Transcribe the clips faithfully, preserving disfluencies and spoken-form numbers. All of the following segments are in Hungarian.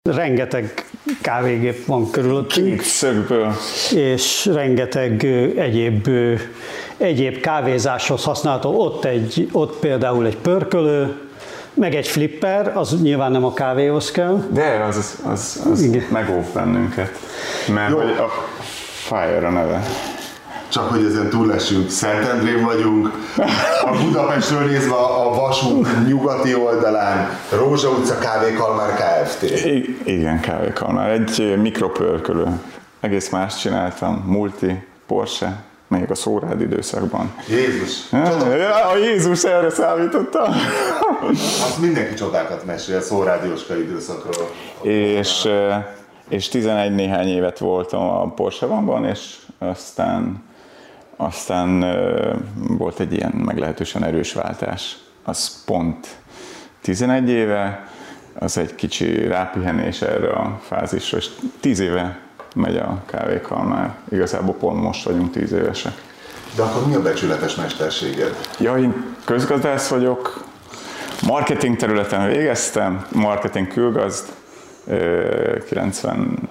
rengeteg kávégép van körülöttünk. Két szögből. És rengeteg egyéb, egyéb kávézáshoz használható. Ott, egy, ott például egy pörkölő, meg egy flipper, az nyilván nem a kávéhoz kell. De az, az, az, az megóv bennünket, mert hogy a Fire a neve. Csak hogy ezen túlesünk, Szentendrén vagyunk, a Budapestről nézve a vasút nyugati oldalán, Rózsa utca Kávé Kalmár Kft. I- igen, Kávé Kalmár, egy mikropörkölő. Egész más csináltam, multi, Porsche, még a szórád időszakban. Jézus! A Jézus, erre számítottam. Azt mindenki csodákat mesél szórádióska időszakról. És, és tizenegy néhány évet voltam a Porsche Vanban, és aztán, aztán volt egy ilyen meglehetősen erős váltás. Az pont tizenegy éve, az egy kicsi rápihenés erre a fázisra, és tíz éve megy a Kávé Kalmár. Igazából pont most vagyunk tíz évesek. De akkor mi a becsületes mesterséged? Ja, én közgazdász vagyok, marketing területen végeztem, marketing külgazd, kilencvenhatban,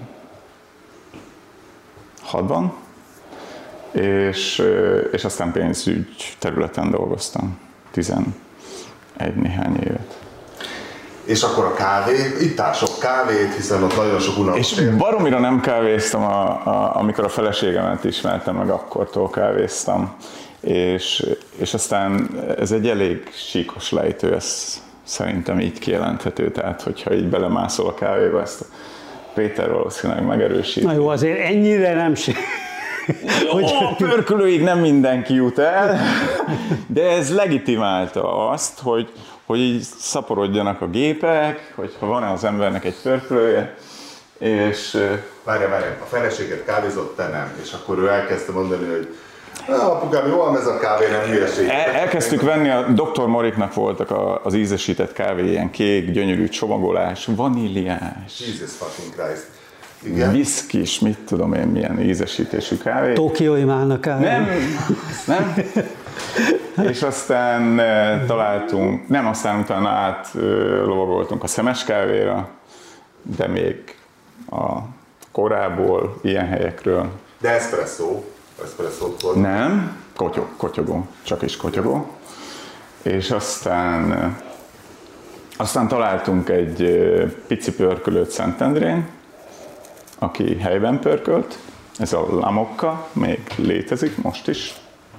és, és aztán pénzügy területen dolgoztam tizenegy néhány évet. És akkor a kávé, ittál sok kávét, hiszen ott nagyon sok unalmas. És baromira nem kávéztam, a, a, amikor a feleségemet ismertem meg, akkortól kávéztam. És, és aztán ez egy elég síkos lejtő, ez szerintem így kijelenthető. Tehát, hogyha így belemászol a kávéba, ezt a Péter valószínűleg megerősít. Na jó, azért ennyire nem sík. Hogy... A pörkölőig nem mindenki jut el, de ez legitimálta azt, hogy, hogy így szaporodjanak a gépek, hogyha van az embernek egy pörkölője, és... Várja, várja, a feleséget kávézott, te nem, és akkor ő elkezdte mondani, hogy apukám, jó ám ez a kávé, nem hülyeség. El, elkezdtük venni, a doktor Moriknak voltak a, az ízesített kávé, ilyen kék, gyönyörű csomagolás, vaníliás. Jesus fucking Christ. Igen? Viszkis, mit tudom én, milyen ízesítésű kávé. Tokiói málna kávé. Nem, nem. És aztán e, találtunk, nem, aztán utána átlovagoltunk a szemes kávéra, de még a korából, ilyen helyekről. De espresso, espresso-t volt. Nem, kotyog, kotyogó, csak is kotyogó. És aztán, e, aztán találtunk egy e, pici pörkölőt Szentendrén, aki helyben pörkölt, ez a Lamokka, még létezik most is.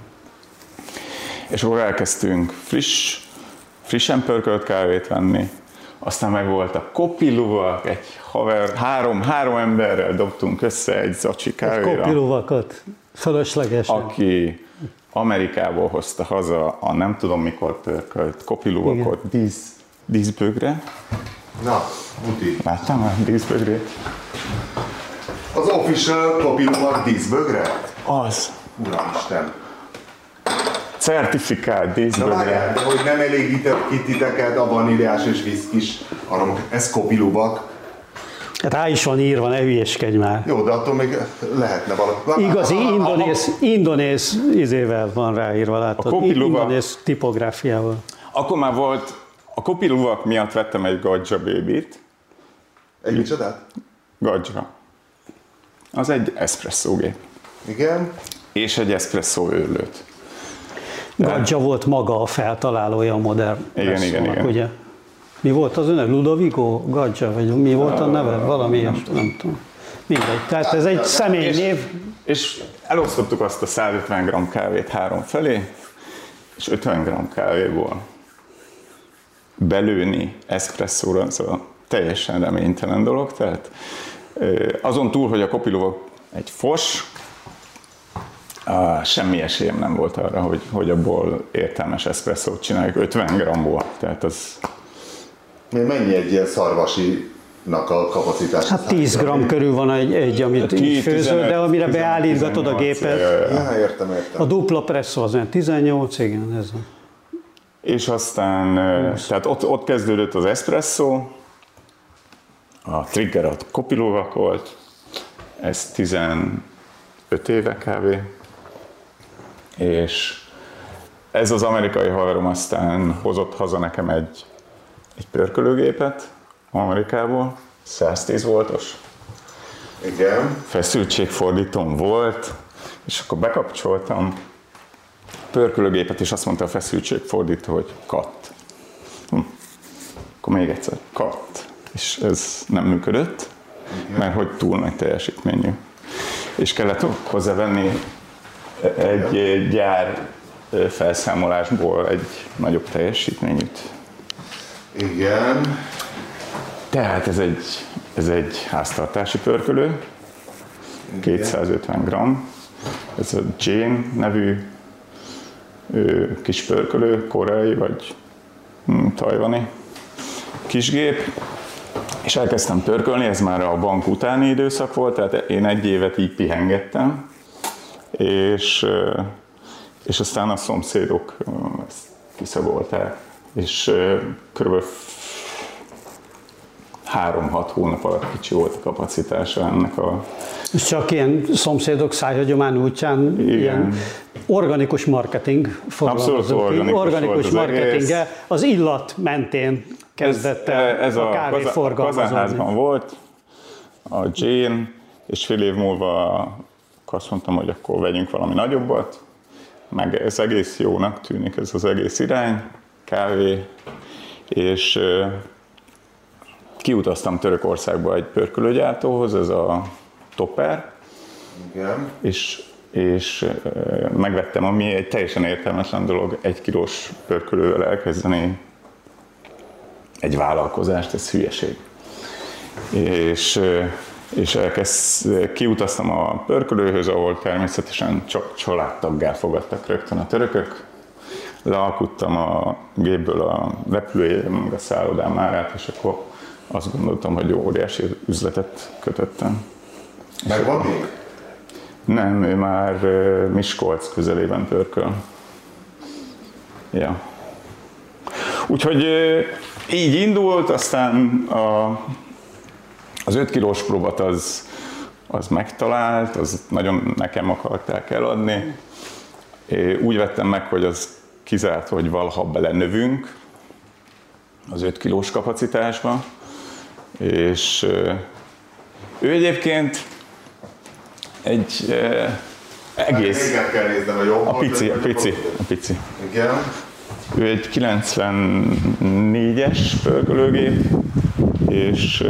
És akkor elkezdtünk friss, frissen pörkölt kávét venni, aztán meg volt a kopiluvak, egy haver, három, három emberrel dobtunk össze egy zacsi kávéra. Egy kopiluvakat, fölöslegesen. Aki Amerikából hozta haza a nem tudom mikor pörkölt kopiluvakot dísz, díszbögre. Na, muti. Láttam már díszbögrét? Az official kopiluvak díszbögre? Az. Uramisten. Certifikált díszbögre. Na várjál, de hogy nem elégített ki titeket a vaníliás és viszkis aromok. Ez kopiluvak. Rá is van írva, ne hülyeskedj már. Jó, de attól még lehetne valami. Igazi indonéz, indonéz izével van ráírva, látod? Indonéz tipográfiával. Akkor már volt, a kopiluvak miatt vettem egy Gadja Baby-t. Egy micsodát? Gadja. Az egy eszpresszógép. Igen. És egy eszpresszó őrlőt. Gadja volt maga a feltalálója a modern igen, igen, igen. Ugye? Mi volt az önök? Ludovico Gadja? Vagy mi volt a neve? Valami ilyes, nem tudom. Mindegy. Tehát ez egy személynév. És elosztottuk azt a száz ötven gramm kávét három felé, és ötven gramm kávéból belőni eszpresszóra, az a teljesen reménytelen dolog. Tehát azon túl, hogy a kopiluvak egy fos, semmi esélyem nem volt arra, hogy, hogy abból értelmes eszpresszót csináljuk ötven grammból. Tehát az... Mennyi egy ilyen szarvasinak a kapacitás? Hát tíz gramm körül van egy, egy amit így főzöl, de amire beállítgatod a gépet. Ja, értem, értem. A dupla presszó az olyan tizennyolc, igen, ez van. És aztán, tehát ott, ott kezdődött az eszpresszó, a trigger a kopiluvak volt, ez tizenöt éve kb. És ez az amerikai haverom aztán hozott haza nekem egy, egy pörkölőgépet Amerikából, száztíz voltos. Igen. Feszültségfordítóm volt, és akkor bekapcsoltam a pörkölőgépet, és azt mondta a feszültségfordító, hogy cut. Hm. Akkor még egyszer, cut. És ez nem működött, igen. Mert hogy túl nagy teljesítményű. És kellett hozzávenni egy gyár felszámolásból egy nagyobb teljesítményűt. Igen. Tehát ez egy, ez egy háztartási pörkölő, kétszázötven gramm. Ez a Jane nevű ő, kis pörkölő, koreai vagy hm, tajvani kisgép. És elkezdtem pörkölni, ez már a bank utáni időszak volt, tehát én egy évet így pihengettem, és, és aztán a szomszédok ezt kiszagolták, és kb. három-hat hónap alatt kicsi volt a kapacitása ennek a... És csak ilyen szomszédok szájhagyomány útján ilyen organikus marketing foglalkozott. Organikus, organikus marketinge az illat mentén kezdett el ez, ez a kávé forgalmazódni. Kazánházban volt a Jane, és fél év múlva azt mondtam, hogy akkor vegyünk valami nagyobbat, meg ez egész jónak tűnik, ez az egész irány, kávé, és kiutaztam Törökországba egy pörkölőgyártóhoz, ez a Topper, igen. és, és megvettem, ami egy teljesen értelmetlen dolog, egy kilós pörkölővel elkezdeni egy vállalkozást, ez hülyeség. És, és elkezd, kiutaztam a pörkölőhöz, ahol természetesen csak családtaggá fogadtak rögtön a törökök. Lealkuttam a gépből a repülőjegyem, a szállodám árát, és akkor azt gondoltam, hogy óriási üzletet kötöttem. Megvan még? Nem, ő már Miskolc közelében pörköl. Ja. Úgyhogy így indult, aztán a, az öt kilós próbat az, az megtalált, az nagyon nekem akarták eladni. Én úgy vettem meg, hogy az kizárt, hogy valaha belenövünk az öt kilós kapacitásba, és ő egyébként egy eh, egész... Még kell néznem a jobb. A pici, a pici, a pici. Igen. Ő egy kilencvennégyes pörkölőgép, és,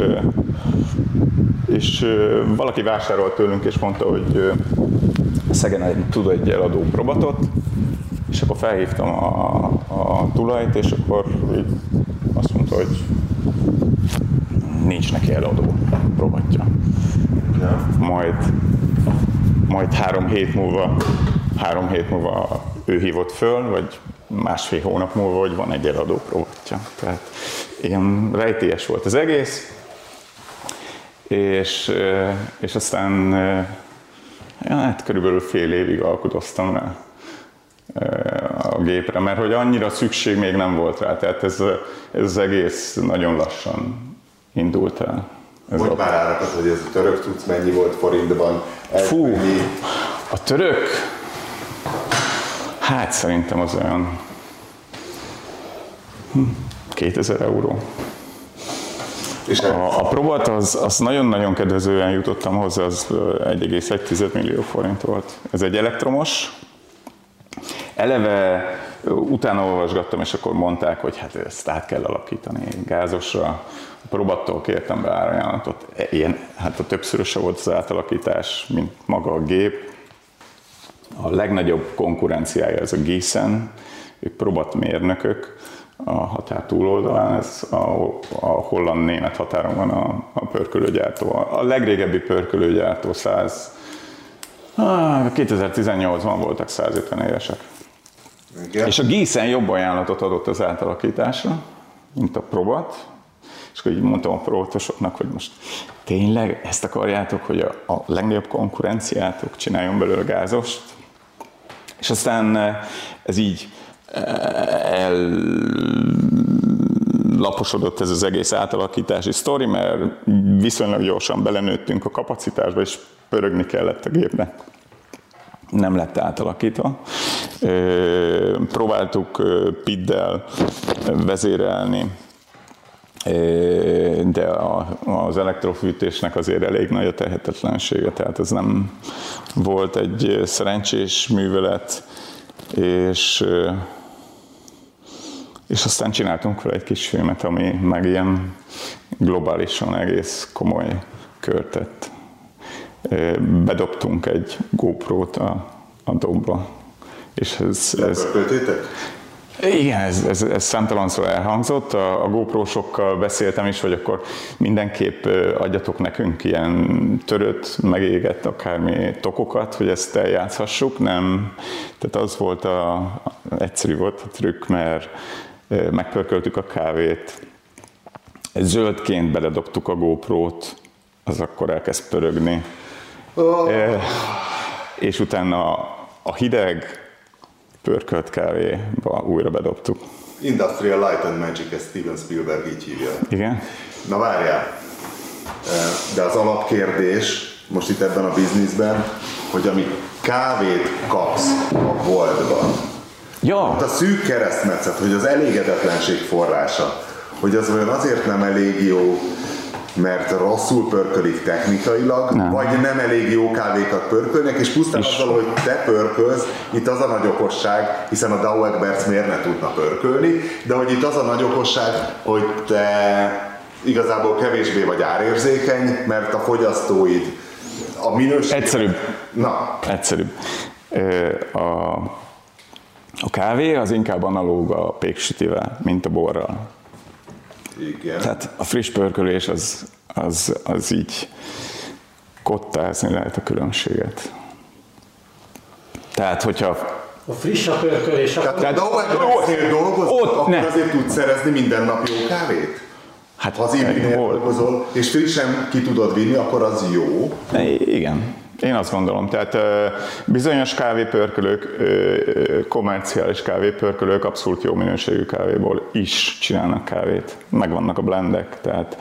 és valaki vásárolt tőlünk, és mondta, hogy Szegeden tud egy eladó robotot, és akkor felhívtam a, a tulajt, és akkor azt mondta, hogy nincs neki eladó robotja. Ja. Majd, majd három hét múlva, három hét múlva ő hívott föl, vagy másfél hónap múlva, hogy van egy eladó robotja. Tehát ilyen rejtélyes volt az egész, és, és aztán ja, hát körülbelül fél évig alkudoztam rá a gépre, mert hogy annyira szükség még nem volt rá, tehát ez, ez az egész nagyon lassan indult el. Mondj már árakat, hogy ez a török cucc mennyi volt forintban? Fú, mennyi? A török, hát szerintem az olyan kétezer euró. És a, a próbát az, az nagyon-nagyon kedvezően jutottam hozzá, az egy egész egy millió forint volt. Ez egy elektromos. Eleve utána olvasgattam, és akkor mondták, hogy hát ezt át kell alakítani gázosra. A próbattól kértem be árajánlatot. Ilyen, hát a többszöröse volt az átalakítás, mint maga a gép. A legnagyobb konkurenciája ez a Giesen, ők próbatmérnökök a határ túloldalán, ez a, a holland-német határon van a, a pörkölőgyártó. A legrégebbi pörkölőgyártó száz, kétezer-tizennyolcban voltak százötven évesek. Igen. És a Giesen jobb ajánlatot adott az átalakításra, mint a Probat. És akkor így mondtam a próbatosoknak, hogy most tényleg ezt akarjátok, hogy a, a legnagyobb konkurenciátok csináljon belőle gázost? És aztán ez így ellaposodott ez az egész átalakítási sztori, mert viszonylag gyorsan belenőttünk a kapacitásba, és pörögni kellett a gépnek. Nem lett átalakítva. Próbáltuk P I D-del vezérelni de az elektrofűtésnek azért elég nagy a tehetetlensége, tehát ez nem volt egy szerencsés művelet, és, és aztán csináltunk vele egy kis filmet, ami meg ilyen globálisan egész komoly kört tett. Bedobtunk egy GoPro-t a, a dombra, és ez... ez igen, ez, ez, ez számtalanszor elhangzott, a, a GoPro-sokkal beszéltem is, hogy akkor mindenképp adjatok nekünk ilyen törött, megégett akármi tokokat, hogy ezt eljátszhassuk, nem. Tehát az volt a, a egyszerű volt a trükk, mert megpörköltük a kávét, zöldként beledobtuk a GoPro-t, az akkor elkezd pörögni, oh. e, és utána a hideg, pörkölt kávéba újra bedobtuk. Industrial Light and Magic, ezt Steven Spielberg így hívja. Igen? Na várjál, de az alapkérdés most itt ebben a bizniszben, hogy ami kávét kapsz a boltban, ja. ott a szűk keresztmetszet, hogy az elégedetlenség forrása, hogy az olyan azért nem elég jó, mert rosszul pörkölik technikailag, nem. vagy nem elég jó kávékat pörkölnek, és pusztán és... azzal, hogy te pörkölsz, itt az a nagy okosság, hiszen a Douwe Egberts miért ne tudna pörkölni, de hogy itt az a nagy okosság, hogy te igazából kevésbé vagy árérzékeny, mert a fogyasztóid a minőség... Egyszerűbb. Na. Egyszerűbb. A, a kávé az inkább analóg a péksütivel, mint a borral. Igen. Tehát a friss pörkölés az, az, az így kottázni lehet a különbséget. Tehát, hogyha... A friss a pörkölés... Tehát, tehát Douwe Egbertsnél dolgozol, akkor ne. azért tudsz szerezni minden nap jó kávét? Hát, ha az Illinél dolgozol, és frissen ki tudod vinni, akkor az jó? Igen. Én azt gondolom, tehát bizonyos kávépörkölők, kommerciális kávépörkölők abszolút jó minőségű kávéból is csinálnak kávét. Megvannak a blendek, tehát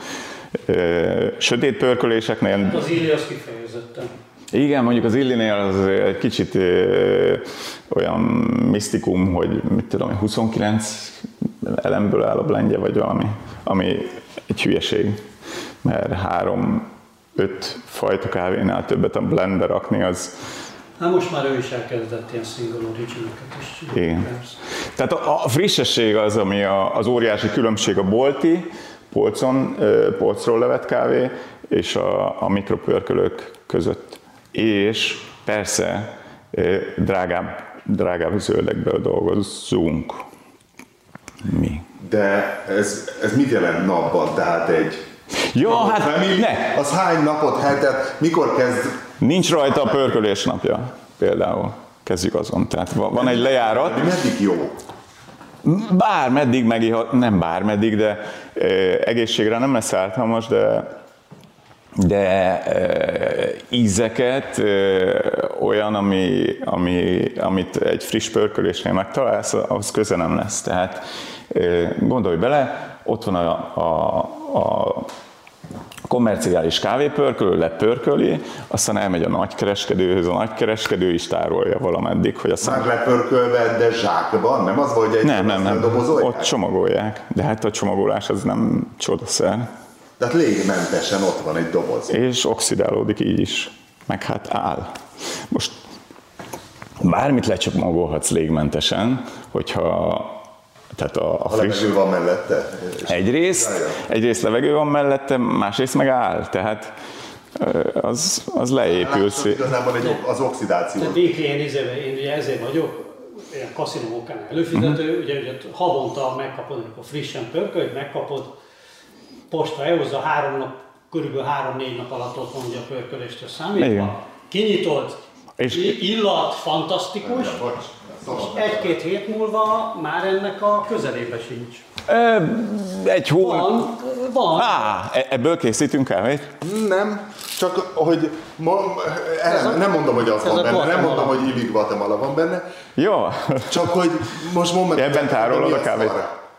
sötét pörköléseknél... Az Illi az kifejezetten. Igen, mondjuk az Illinél az egy kicsit ö, olyan misztikum, hogy mit tudom, huszonkilenc elemből áll a blendje, vagy valami, ami egy hülyeség, mert három öt fajta kávénál többet a blendbe rakni, az... Hát most már ő is elkezdett ilyen single origin-öket is csinálni. Igen. Tehát a, a frissesség az, ami a, az óriási különbség a bolti, polcon, polcról levett kávé és a, a mikropörkölők között. És persze drágább, drágább zöldekből dolgozzunk. Mi? De ez, ez mit jelent napban? Tehát egy... Jó, hát family, ne! Az hány napot, hetet, mikor kezd? Nincs rajta a pörkölés napja, például. Kezdjük azon. Tehát van egy lejárat. Meddig jó? Bármeddig megihat, nem bármeddig, de e, egészségre nem lesz ártalmas, de, de e, ízeket, e, olyan, ami, ami, amit egy friss pörkölésnél megtalálsz, ahhoz köze nem lesz. Tehát e, gondolj bele, ott van a, a, a kommerciális kávépörkölő, lepörköli, aztán elmegy a nagykereskedőhöz, a nagykereskedő is tárolja valameddig, hogy aztán... Már lepörkölve, de zsákban, nem az, hogy egy nem, nem, nem. dobozolják? Ott csomagolják, de hát a csomagolás az nem csodaszer. Tehát légmentesen ott van egy doboz. És oxidálódik így is, meg hát áll. Most bármit lecsomagolhatsz légmentesen, hogyha tehát a, a, friss... a levegő van mellette? Egyrészt, egyrészt levegő van mellette, másrészt meg áll, tehát az, az leépül. Igazából egy, az oxidáció. Tehát Béki, én, én ugye ezért vagyok, ilyen kaszinókán előfizető, uh-huh. ugye, ugye havonta megkapod, amikor frissen pörkölt, megkapod, posta elhozza, három nap, körülbelül három-négy nap alatt ott van ugye a pörköléstől számítva. Kinyitod, és illat fantasztikus, egy-két hét múlva már ennek a közelébe sincs. Egy hónap. Van, van. Á, ebből készítünk kávét? Nem, csak hogy ma, el, nem mondom, hogy az van benne, nem mondom, hogy Illig Guatemala van benne. Jó. Csak hogy most mondd meg. Ebben tárolod a kávét.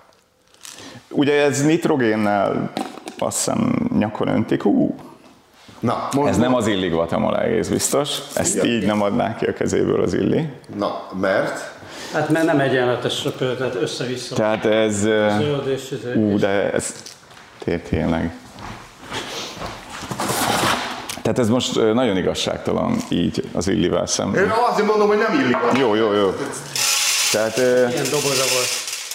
Ugye ez nitrogénnel azt hiszem nyakon öntik. Hú. Na, ez nem az Illig Guatemala egész biztos. Ezt igen. Így nem adnák ki a kezéből az Illi. Na, mert? Hát mert nem egyenletes, tehát össze-vissza. Tehát ez... Zöld és... Ú, de ez... Tényleg. Tehát ez most nagyon igazságtalan így az Illivel szemben. Én azért mondom, hogy nem illik. Jó, jó, jó. Tehát, Ilyen doboza volt.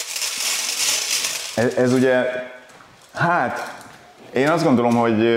ez, ez ugye, hát én azt gondolom, hogy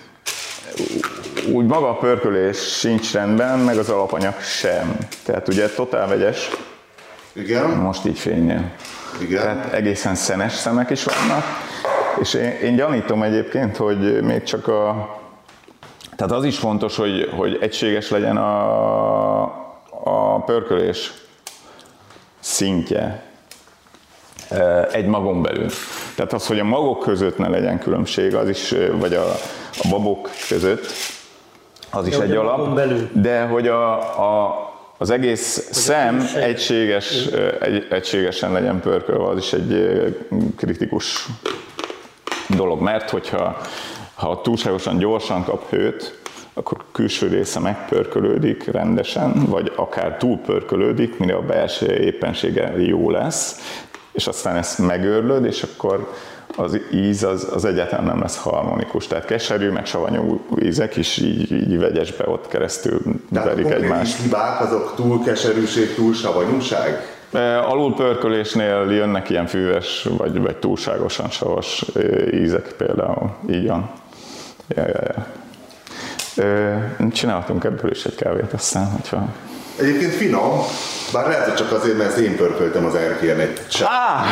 úgy maga a pörkölés sincs rendben, meg az alapanyag sem. Tehát ugye totál vegyes. Igen. Most így fényen. Igen. Tehát egészen szenes szemek is vannak. És én, én gyanítom egyébként, hogy még csak a... Tehát az is fontos, hogy, hogy egységes legyen a, a pörkölés szintje egy magon belül. Tehát az, hogy a magok között ne legyen különbség, az is, vagy a, a babok között, az is Jó, egy alap, belül. de hogy a, a, az egész hogy szem egységes, egy, egységesen legyen pörkölve, az is egy kritikus dolog, mert hogyha ha túlságosan gyorsan kap hőt, akkor külső része megpörkölődik rendesen, vagy akár túlpörkölődik, mire a belső éppenséggel jó lesz, és aztán ezt megőrlöd, és akkor az íz az, az egyáltalán nem lesz harmonikus. Tehát keserű, meg savanyú ízek is így, így vegyesbe ott keresztül verik egymást. Tehát a hibák azok túl keserűség, túl savanyúság? Alulpörkölésnél jönnek ilyen füves, vagy, vagy túlságosan savas ízek például. Így van. Ja, ja, ja. Csinálhatunk ebből is egy kávét aztán, hogyha... Egyébként finom, bár lehet, hogy csak azért, mert én pörköltem az erkélyen egy sár. Ah!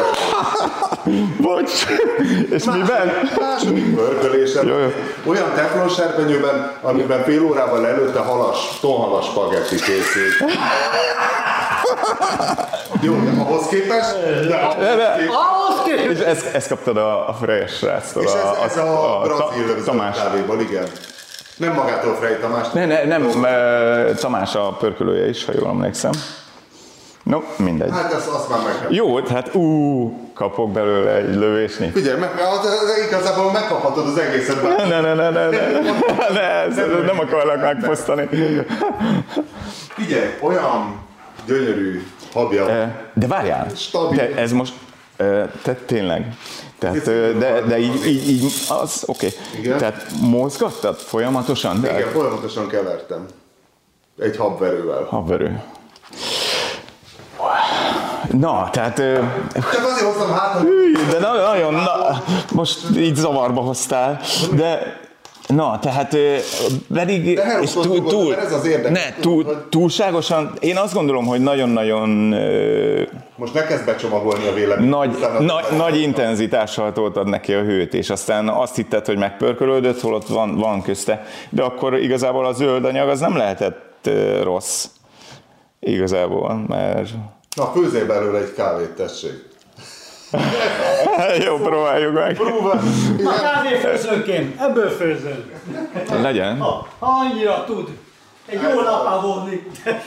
Bocs! És miben? Második pörkölésem. Jó, jó. Olyan teflonserpenyőben, amiben fél órával előtte halas, tonhalas spagetti készült. Jó, de ahhoz képest? De ahhoz képest. És ezt, ezt kaptad a, a Frejes sráctól. És ez, ez a, a brazil Tamás. kávéból, igen. Nem magától Frey Tamás. Ne, ne, nem, e, Tamás a pörkölője is, ha jól emlékszem. No, mindegy. Hát azt, azt már meg. Jó, hát ú, kapok belőle egy lövésni. Figyelj, meg, az, az, igazából megkaphatod az egészet. Ne, ne, ne, ne, ne, ne, ne, ez, nem, nem akarlak megfosztani. Figyelj, olyan gyönyörű habja. De várjál, de ez most, te tényleg, tehát, de, de így, így, így az oké. Okay. Tehát mozgattad folyamatosan? Igen, de... folyamatosan kevertem. Egy habverővel. Habverő. Na, tehát... Csak azért hoztam hát, hogy... De nagyon, na, most így zavarba hoztál, de... Na, tehát pedig... És túl, túl, ez az érdekes. Ne, túl, túlságosan, én azt gondolom, hogy nagyon-nagyon... Most ne kezd becsomagolni a véleményt. Nagy, nagy, nagy intenzitással toltad neki a hőt, és aztán azt hitted, hogy megpörkölődött, holott van, van közte. De akkor igazából a zöld anyag az nem lehetett rossz. Igazából, mert... Na, főzzél belőle egy kávét, tessék. Jó, próbáljuk meg. Próbál. A kávéfőzőként, ebből főzöl. Legyen. Ha, ha annyira tud. Egy jó lapá vonni.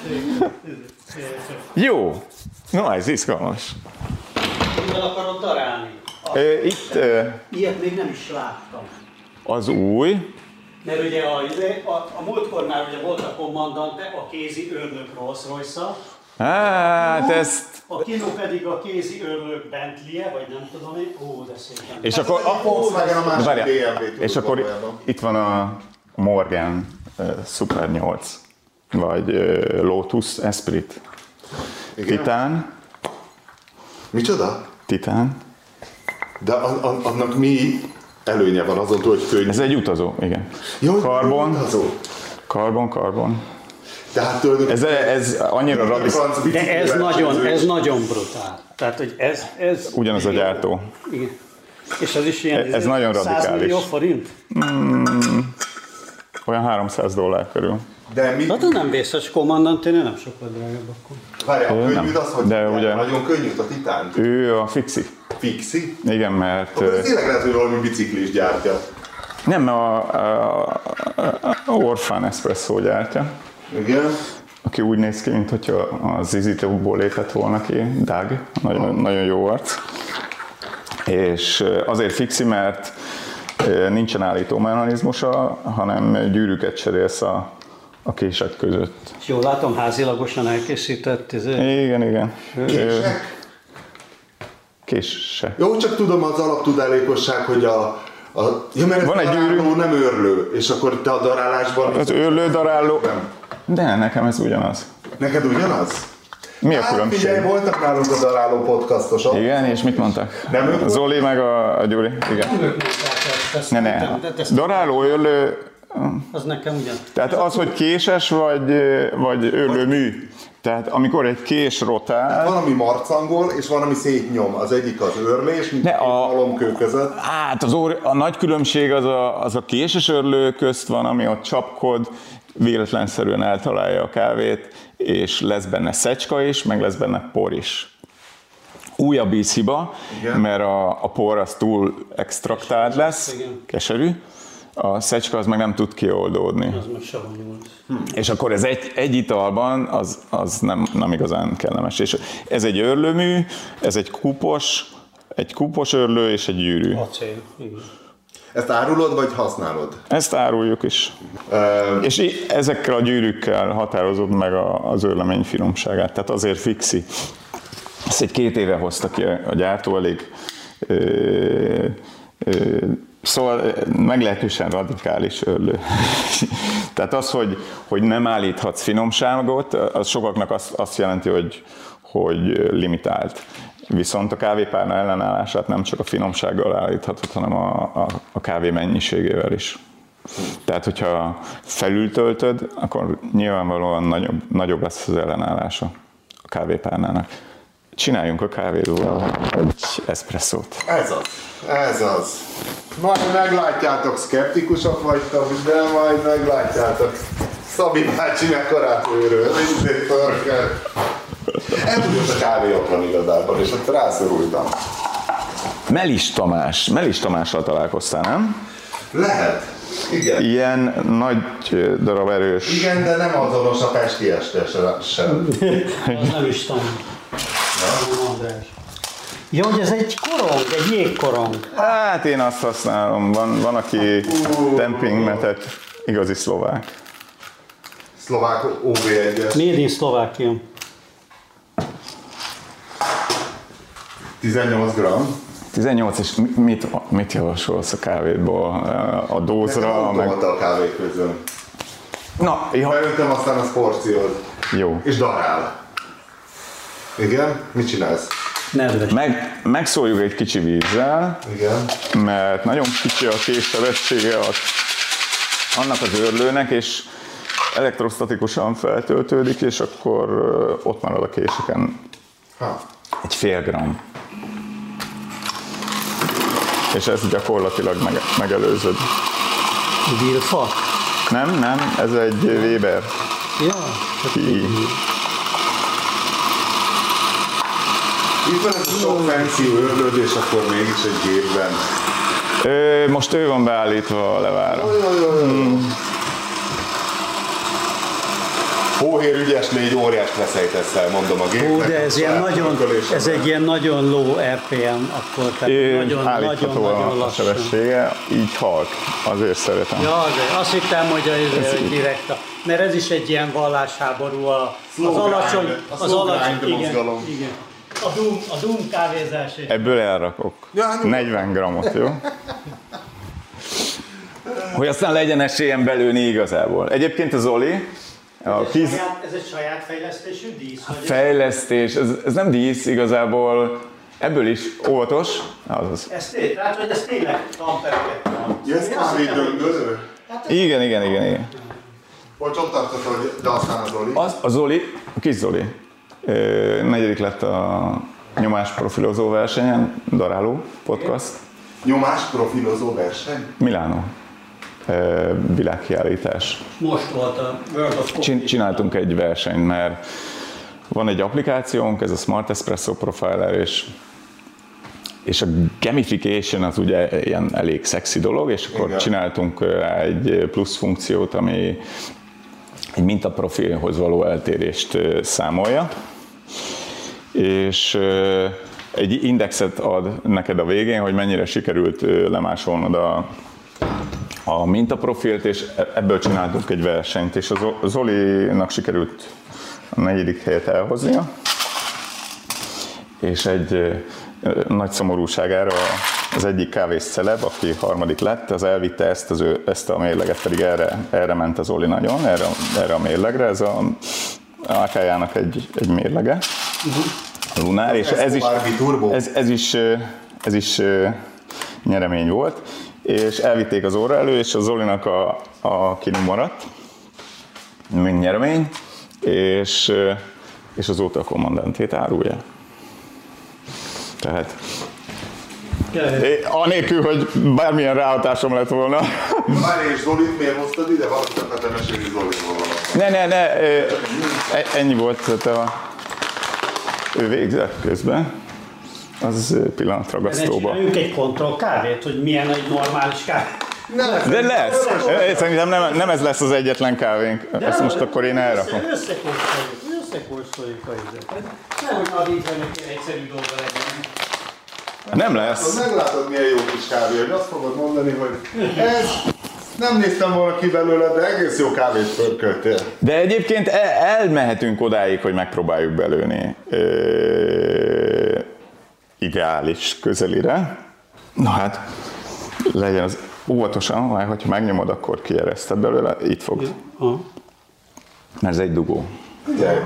Jó. No, ez izgalmas. Mivel akarod darálni? Itt uh, Ilyet még nem is láttam. az új. Mert ugye a, a, a múltkor már ugye volt a kommandante, a kézi őrnök Rolls-Royce-a. Hát ezt... A Kino pedig a kézi őrnök Bentley-e, vagy nem tudom én. Ó, de szépen. És akkor... A Volkswagen a másik Várjál, bé em vé és akkor itt van a Morgan uh, Super nyolc, vagy uh, Lotus Esprit. Igen? Titán. Micsoda? Titán. De a, a, annak mi előnye van azon túl, hogy könnyű? Ez egy utazó, igen. Jó, Karbon. utazó. Karbon, karbon. Tehát tulajdonképpen... Ez, ez annyira radikális. De ez nagyon, ez nagyon brutál. Tehát, hogy ez... ez Ugyanaz a gyártó. Igen. És ez is ilyen... Ez nagyon radikális. száz millió forint? Mm, olyan háromszáz dollár körül. De mi... Hát ez nem vészes kommandanténél, nem sokkal drágább akkor. Várjál, a könnyűd az, hogy de ugye, nagyon könnyű a Titán. ő a fixi. Fixi? Igen, mert... Akkor ez tényleg lehet, hogy valami biciklis gyártja. Nem, a, a, a Orfán Espresso gyártja. Igen. Aki úgy néz ki, mintha az Zizitokból lépett volna ki, Doug, nagyon, nagyon jó arc. És azért fixi, mert nincsen állítómechanizmusa, hanem gyűrűket cserélsz a, a kések között. Jól látom, házilagosan elkészített. Ez igen, igen. Kések? Késse. Jó, csak tudom az alaptudálékosság, hogy a, a ja, mert van egy daráló gyűrű, nem őrlő, és akkor te a darálásban... Az őrlő, daráló... De, nekem ez ugyanaz. Neked ugyanaz? Mi a hát, különbség? Figyelj, voltak nálunk a daráló podcastosok. Igen, és mit mondtak? Nem ők? Zoli meg a, a Gyuri. Igen. Nem ők mondták ezt, Ne, ne. Daráló, őrlő... Az nekem ugyan. Tehát az, hogy késes vagy, vagy őrlő mű. Tehát amikor egy kés rotál... Van, ami marcangol, és van, ami szétnyom. Az egyik az őrlés, mint a halomkő között. Hát az óri, a nagy különbség az a, az a késes őrlő közt van, ami ott csapkod, véletlenszerűen eltalálja a kávét, és lesz benne szecska is, meg lesz benne por is. Újabb ízhiba, igen. Mert a, a por az túl extraktált lesz, igen. Keserű. A szecska az meg nem tud kioldódni. Az meg savanyú. Hm. És akkor ez egy, egy italban az, az nem, nem igazán kellemes. És ez egy őrlőmű, ez egy kupos, egy kupos őrlő és egy gyűrű. Acél, igen. Ezt árulod, vagy használod? Ezt áruljuk is. Um, és ezekkel a gyűrűkkel határozod meg a, az őrlemény finomságát. Tehát azért fixi. Ezt egy két éve hozta ki a gyártó, elég ö, ö, szóval meglehetősen radikális őrlő. Tehát az, hogy, hogy nem állíthatsz finomságot, az sokaknak azt, azt jelenti, hogy, hogy limitált. Viszont a kávépárna ellenállását nem csak a finomsággal állíthatod, hanem a, a, a kávé mennyiségével is. Tehát, hogyha felültöltöd, akkor nyilvánvalóan nagyobb, nagyobb lesz az ellenállása a kávépárnának. Csináljunk a kávézóval egy eszpresszót. Ez az, ez az. Majd meglátjátok, szkeptikusok vagytok, de majd meglátjátok. Szabi bácsi mekkorát őről, mindent törkel. Elbújott a kávé otthon igazából, és ott rászorultam. Melis Tamás. Melis Tamással találkoztál, nem? Lehet. Igen. Ilyen nagy darab erős. Igen, de nem azonos a pesti este sem. Az nem is tudom. András. Ja, hogy ez egy korong, egy jégkorong. Hát én azt használom. Van, van aki uh, tempingmetet, igazi szlovák. Szlovák ó vé egyes. Made in Szlovákia. tizennyolc gramm. tizennyolc, és mit, mit javasolsz a kávédból? A dózra? Nekem meg... a kávé közön. Na, ja. Beöntem, aztán az porciód. Jó. És darál. Igen? Mit csinálsz? Nedves. Meg, megszóljuk egy kicsi vízzel, igen. Mert nagyon kicsi a késsebessége annak az őrlőnek, és elektrostatikusan feltöltődik, és akkor ott marad a késeken ha. Egy fél gram. És ezt gyakorlatilag meg, megelőzöd. Vilfa? Nem, nem, ez egy Weber. Ja. Ki. Itt van ez a sok fancy őrlőd, és akkor mégis egy gépben. Ö, most ő van beállítva a levára. Hmm. Hóhér ügyes légy, óriást veszejtesz, mondom a gépnek. Ó, de ez, ilyen nagyon, ez egy ilyen nagyon low er pé em akkor, tehát é, nagyon, állítható nagyon, nagyon a lassan. sebessége, így halk, azért szeretem. Ja, de azt hittem, hogy ez direkt, a, mert ez is egy ilyen vallásháború, a, az alacsony, az alacsony, igen, igen. A Doom, a Doom kávézás. Ebből elrakok negyven grammot, jó? Hogy aztán legyen esélyem belőni igazából. Egyébként a Zoli, a ez, kiz... saját, ez egy saját fejlesztésű dísz? Vagy fejlesztés, ez, ez nem dísz igazából, ebből is óvatos. Azaz. Ez tényleg, tehát hogy ez tényleg tampereket van. Ja, ez kávé döngölő? Igen, igen, igen, igen. Hogy ott tartott, hogy de aztán a Zoli? Az, a Zoli, a kis Zoli. Negyedik lett a nyomás profilozó versenyen, Daráló podcast. Nyomás profilozó verseny? Milánó. Világkiállítás. Most volt a World of Coffee. Csináltunk egy versenyt, mert van egy applikációnk, ez a Smart Espresso Profiler, és, és a gamification az ugye ilyen elég szexi dolog, és akkor igen. Csináltunk rá egy plusz funkciót, ami egy mintaprofilhoz való eltérést számolja, és egy indexet ad neked a végén, hogy mennyire sikerült lemásolnod a, a mintaprofilt, és ebből csináltunk egy versenyt, és a Zolinak sikerült a negyedik helyet elhoznia, és egy nagy szomorúságára az egyik kávész celeb, aki harmadik lett, az elvitte ezt, az ő, ezt a mérleget, pedig erre, erre ment az Oli nagyon, erre, erre a mérlegre, ez a á ká jának egy, egy mérlege, uh-huh. a Lunár, és ez is, ez, ez, is, ez is nyeremény volt, és elvitték az óra elő, és az Olinak a, a kinu maradt, mint nyeremény, és, és azóta a kommandantét árulja. Tehát anélkül, hogy bármilyen ráhatásom lett volna. Várj, és Zolit miért hoztad ide? Valamit akartam mesélni Zoliról. Ne, ne, ne, ennyi volt, tehát a, ő végzett közben, az pillanatragasztóba. Ne csináljunk egy kontroll kávét, hogy milyen egy normális kávé. Nem, de lesz. Szerintem nem, nem ez lesz az egyetlen kávénk. De ezt most akkor én elrakom. Összekóstoljuk, összekóstoljuk a izet. Nem, hogy addig, hogy neki egyszerű dolga legyen. Nem lesz. Meglátod, milyen jó kis kávé, hogy azt fogod mondani, hogy ez nem néztem volna ki belőle, de egész jó kávét pörköltél. De egyébként elmehetünk odáig, hogy megpróbáljuk belőni ö, ideális közelire. Na hát, legyen az óvatosan, mert hogyha megnyomod, akkor kiereszted belőle, itt fogd. Mert ez egy dugó. Ugye?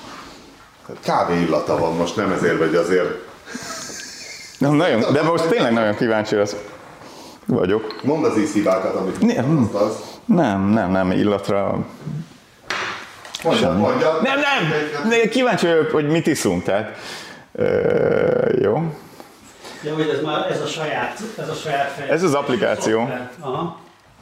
Kávé illata van most, nem ezért vagy azért. Nem, nagyon, de most tényleg nagyon kíváncsi az vagyok. Mondd az ízhibákat, amit nem, nem, nem, nem, illatra. Mondjad, mondjad. Nem, nem, kíváncsi vagyok, hogy mit iszunk, tehát ö, jó. Ja, hogy ez már ez a saját, ez a saját fejlesztés. Ez az applikáció. Aha.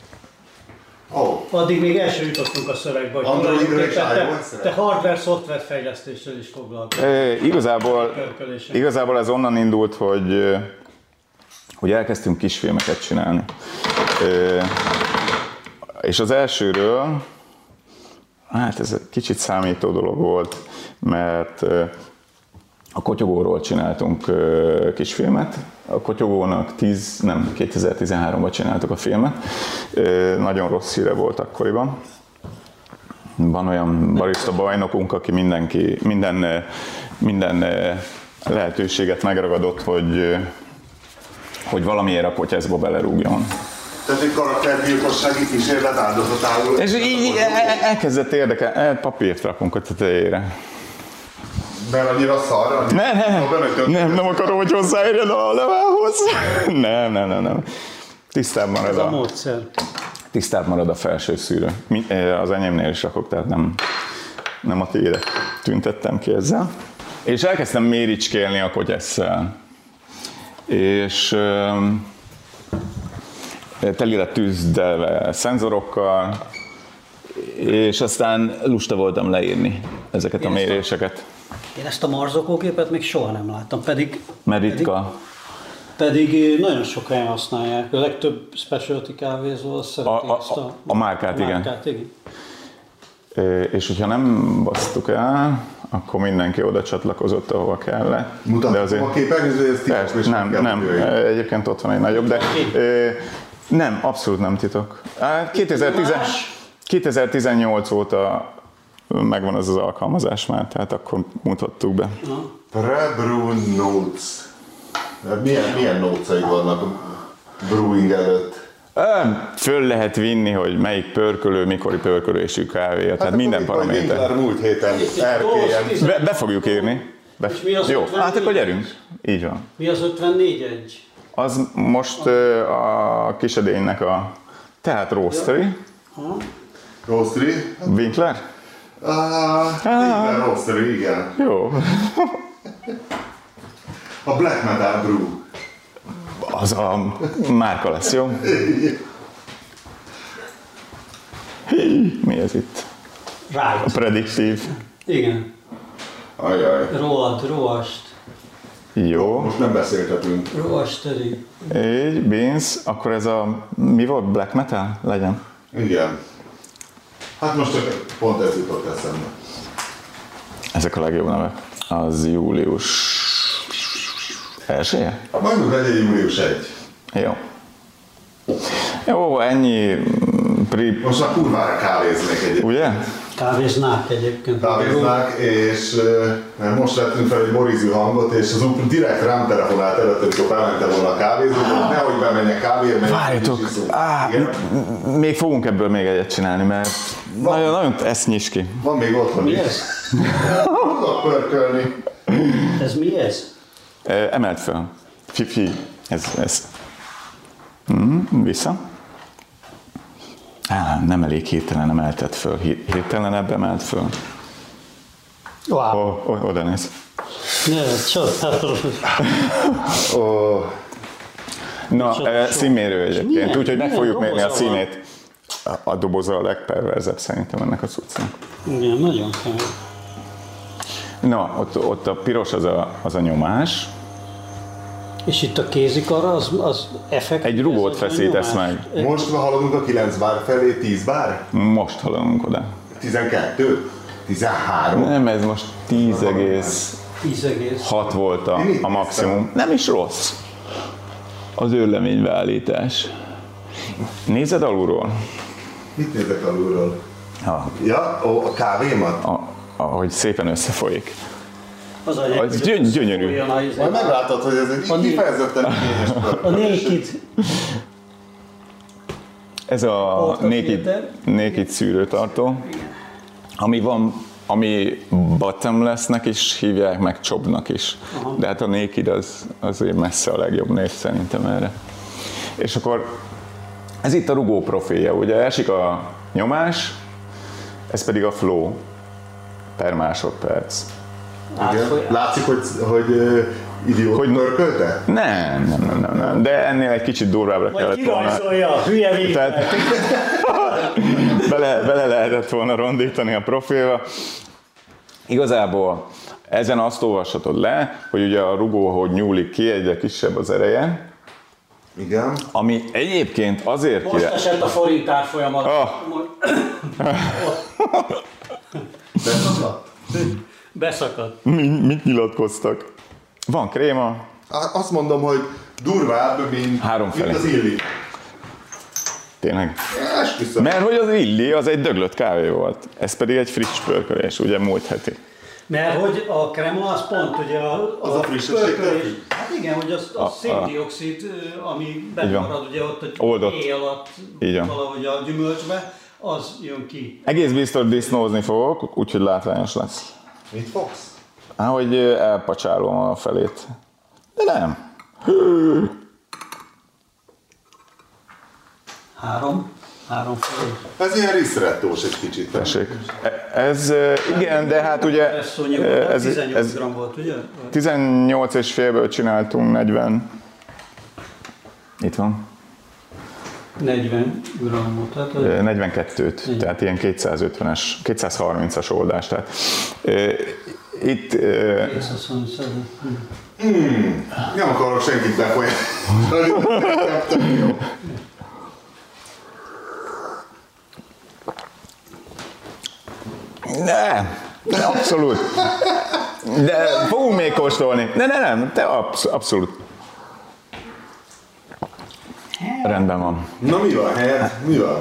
Oh. Addig még el sem jutottunk a szövegbe, hogy te, te hardware-szoftver fejlesztéssel is foglalkozol. E, igazából, igazából ez onnan indult, hogy, hogy elkezdtünk kisfilmeket csinálni. E, és az elsőről, hát ez egy kicsit számító dolog volt, mert a Kotyogóról csináltunk kisfilmet. A Kotyogónak tíz, nem, kétezer-tizenháromban csináltuk a filmet. Nagyon rossz híre volt akkoriban. Van olyan barista bajnokunk, aki mindenki, minden, minden lehetőséget megragadott, hogy, hogy valamiért a kotyászba belerúgjon. Tehát egy karaktergyilkossági kísérlet áldozatául. És így elkezdett érdekelni, papírt rakunk a tetejére. Mert annyira szarra? Nem, nem, nem, nem akarom, hogy hozzáérjen a levelhoz. Nem, nem, nem, nem. Tisztább marad a, a módszer. Tisztább marad a felső szűrő. Az enyémnél is rakok, tehát nem, nem a tiédet tüntettem ki ezzel. És elkezdtem méricskélni a kotyesszel. És um, teli lett tűzdelve szenzorokkal, és aztán lusta voltam leírni ezeket a méréseket. Én ezt a marzokógépet még soha nem láttam, pedig... Mert ritka. Pedig, pedig nagyon sok helyen használják. A legtöbb specialty kávézó szereti a, a, ezt a, a márkát, a márkát igen. igen. És hogyha nem basztuk el, akkor mindenki oda csatlakozott, ahova kellett. Mutatom a képernyőző, ez titok. Nem, nem, jöjjön. Egyébként ott van egy nagyobb, de nem, abszolút nem titok. kétezer-tizennyolc óta megvan az az alkalmazás már, tehát akkor mutattuk be. Pre-brew notes. Milyen, milyen notes-ai vannak brewing előtt? Föl lehet vinni, hogy melyik pörkölő, mikori pörkölésű kávé, hát tehát minden paraméter. Múlt héten erkélyen. Be, be fogjuk írni. Be. Jó, hát akkor gyerünk. Így van. Mi az ötvennégy egy? Az most a kisedénynek a, tehát roastery. Roastery? Winkler? Ah, Winkler roastery, igen. Jó. A Black Metal Brew. Az a márka lesz, jó? Hí, mi ez itt? Rájött. A prediktív. Igen. Ajaj. Road, roast. Jó. Most nem beszéltetünk. Roastery. Így, beans. Akkor ez a, mi volt? Black metal? Legyen. Igen. Hát most csak pont ez jutott eszembe. Ezek a legjobb nevek. Az július elsője? Mondjuk legyen július elseje. Jó. Jó, ennyi. Pri... Most már kurvára kávéznék egyébként. Ugye? Kávéznák egyébként. Kávéznák, és uh, most vettünk fel egy borizű hangot, és az úr direkt rám telefonált előtt, amikor bementem volna a kávézóba, nehogy bemenjek kávéért, mert várjatok, á, még fogunk ebből még egyet csinálni, mert nagyon, nagyon ezt nyis ki. Van még otthon Mi is. ez? Tudok pörkölni. Ez mi ez? Emelt fel. Fi, fi. Ez, ez. Mm, vissza. Á, nem elég hirtelen emelted föl. Hirtelenebb emelt föl. Wow. Oh, oh, oda néz. Ne, csodálatos. Oh. Na, színmérő egyébként, úgyhogy meg fogjuk mérni a színét. Van? A doboza a legperverzebb szerintem ennek a cuccnak. Igen, nagyon kemény. Na, ott, ott a piros az a, az a nyomás. És itt a kézikara az, az effekt? Egy rugót feszítesz meg. Most haladunk a kilenc bár felé, tíz bár? Most haladunk oda. tizenkettő? tizenhárom? Nem, ez most tíz egész tíz egész hat volt a, a maximum. Nem is rossz. Az őrleménybeállítás. Nézed alulról? Mit nézek alulról? Ha, Ja, ó, a kávémat? a, ahogy szépen összefolyik. Az, a Az gyöny- gyönyörű. Majd meglátod, hogy ez egy kifejezetten igényes A pörkölés. Naked. Ez a Ultra Naked, filter. naked szűrőtartó, ami van, ami bottomlessnek is hívják, meg chobnak is. Aha. De hát a Naked az azért messze a legjobb név szerintem erre. És akkor ez itt a rugó profilja, ugye esik a nyomás, ez pedig a flow per másodperc. Igen. Látszik, hogy, hogy uh, idiót Hogy- pörkölte? Nem, nem, nem, nem, nem, de ennél egy kicsit durvábbra Vagy kellett volna. kirajzolja, hülye végre. Tehát bele, bele lehetett volna rondítani a profilba. Igazából ezen azt olvashatod le, hogy ugye a rugó, hogy nyúlik ki, egyre kisebb az ereje, Igen. ami egyébként azért Most király... esett a forint árfolyamat. Ah. Beszakadt? Beszakadt. Mi, mit nyilatkoztak? Van kréma, Á, Azt mondom, hogy durvább, mint, Három mint felé. az illi. tényleg. Esküszöm. Mert hogy az illi, az egy döglött kávé volt. Ez pedig egy friss pörkölés, ugye múlt heti. Mert hogy a krema az pont ugye a, Az a frissesség pörkölés. tetszik? Hát igen, hogy az, A- a- a széndioxid, ami benne van. marad ugye ott, hogy Oldott. éj alatt Így van. valahogy a gyümölcsbe, az jön ki. Egész biztos disznózni fogok, úgyhogy látványos lesz. Mit fogsz? Á, hogy elpacsálom a felét. De nem. Három, három felé. Ez ilyen riszrettós egy kicsit. Tessék. E- Ez eh, igen, de hát ugye Espresso eh, nyugodtan, ez, tizennyolc ez gram volt, ugye? tizennyolc és félből csináltunk negyven. Itt van. negyven grammot. Tehát az- Eh, negyvenkettőt, tehát ilyen kétszázötvenes, kétszázharmincas oldás. Tehát, eh, itt eh, kétszázharminc. Nem akarok senkit befolyásolni. Jó. ne, de abszolút. De fogunk még kóstolni. Ne, ne, nem, te absz- abszolút. Rendben van. Na mi van, helyet? Mi van?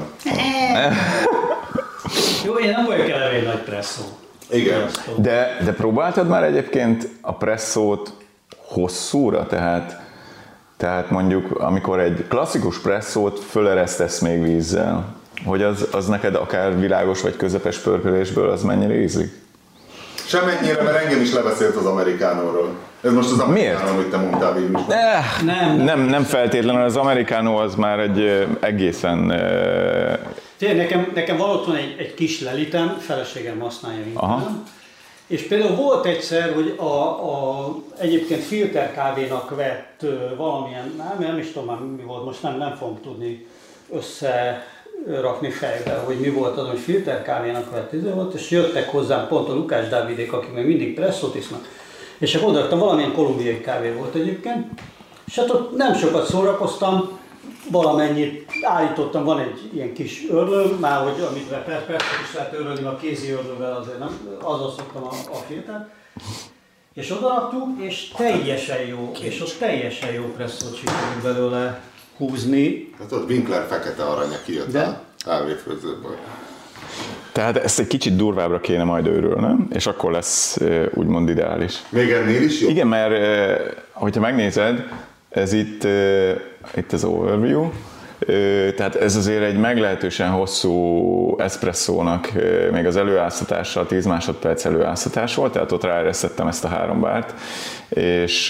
Jó, én nem vagyok eleve egy nagy presszó. Igen. De, de próbáltad már egyébként a presszót hosszúra? Tehát, tehát mondjuk, amikor egy klasszikus presszót föleresztesz még vízzel, hogy az, az neked akár világos vagy közepes pörkölésből az mennyire ízlik? Semennyire, mert engem is lebeszélt az amerikánóról. Ez most az Miért? amerikánó, amit te mondtál végül is. Eh, Nem. nem, nem feltétlenül, az americano az már egy ö, egészen... ö, Tényleg, nekem, nekem van otthon egy, egy kis lelitem, feleségem használja Aha. inkább. És például volt egyszer, hogy a, a egyébként filterkávénak vett ö, valamilyen, nem, nem is tudom már mi volt, most nem, nem fogom tudni összerakni fejbe, hogy mi volt az, hogy filterkávénak vett idő volt, és jöttek hozzám pont a Lukás Dávidék, akik még mindig presszót isznak. És akkor odaadtam, valamilyen kolumbiai kávé volt egyébként, és hát ott nem sokat szórakoztam, valamennyit állítottam, van egy ilyen kis ördög, már hogy amit per percet is lehet örölni, a kézi ördögvel azért nem, azzal szoktam a, a filtert. És odaadtuk, és teljesen jó, és ott teljesen jó presszót sikerült belőle húzni. Hát ott Winkler fekete aranya kijött De? a kávéfőzőből. Tehát ezt egy kicsit durvábbra kéne majd őről, nem? És akkor lesz úgymond ideális. Még ennél is jobb? Igen, mert hogyha megnézed, ez itt, itt az overview, tehát ez azért egy meglehetősen hosszú eszpresszónak még az előáztatással tíz másodperc előáztatás volt, tehát ott ráeresztettem ezt a három bárt, és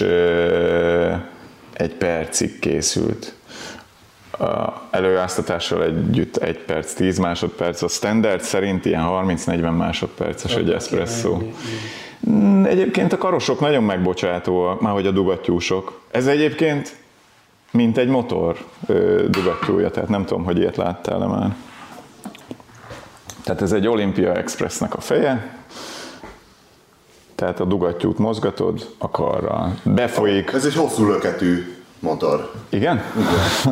egy percig készült. A előáztatással együtt egy perc, tíz másodperc, a standard szerint ilyen harminc-negyven másodperces egy eszpresszó. Egyébként a karosok nagyon megbocsátóak, már hogy a dugattyúsok. Ez egyébként mint egy motor dugattyúja, tehát nem tudom, hogy ilyet láttál-e már. Tehát ez egy Olympia Expressnek a feje, tehát a dugattyút mozgatod a karral, befolyik. Ez egy hosszú löketű motor. Igen? Igen.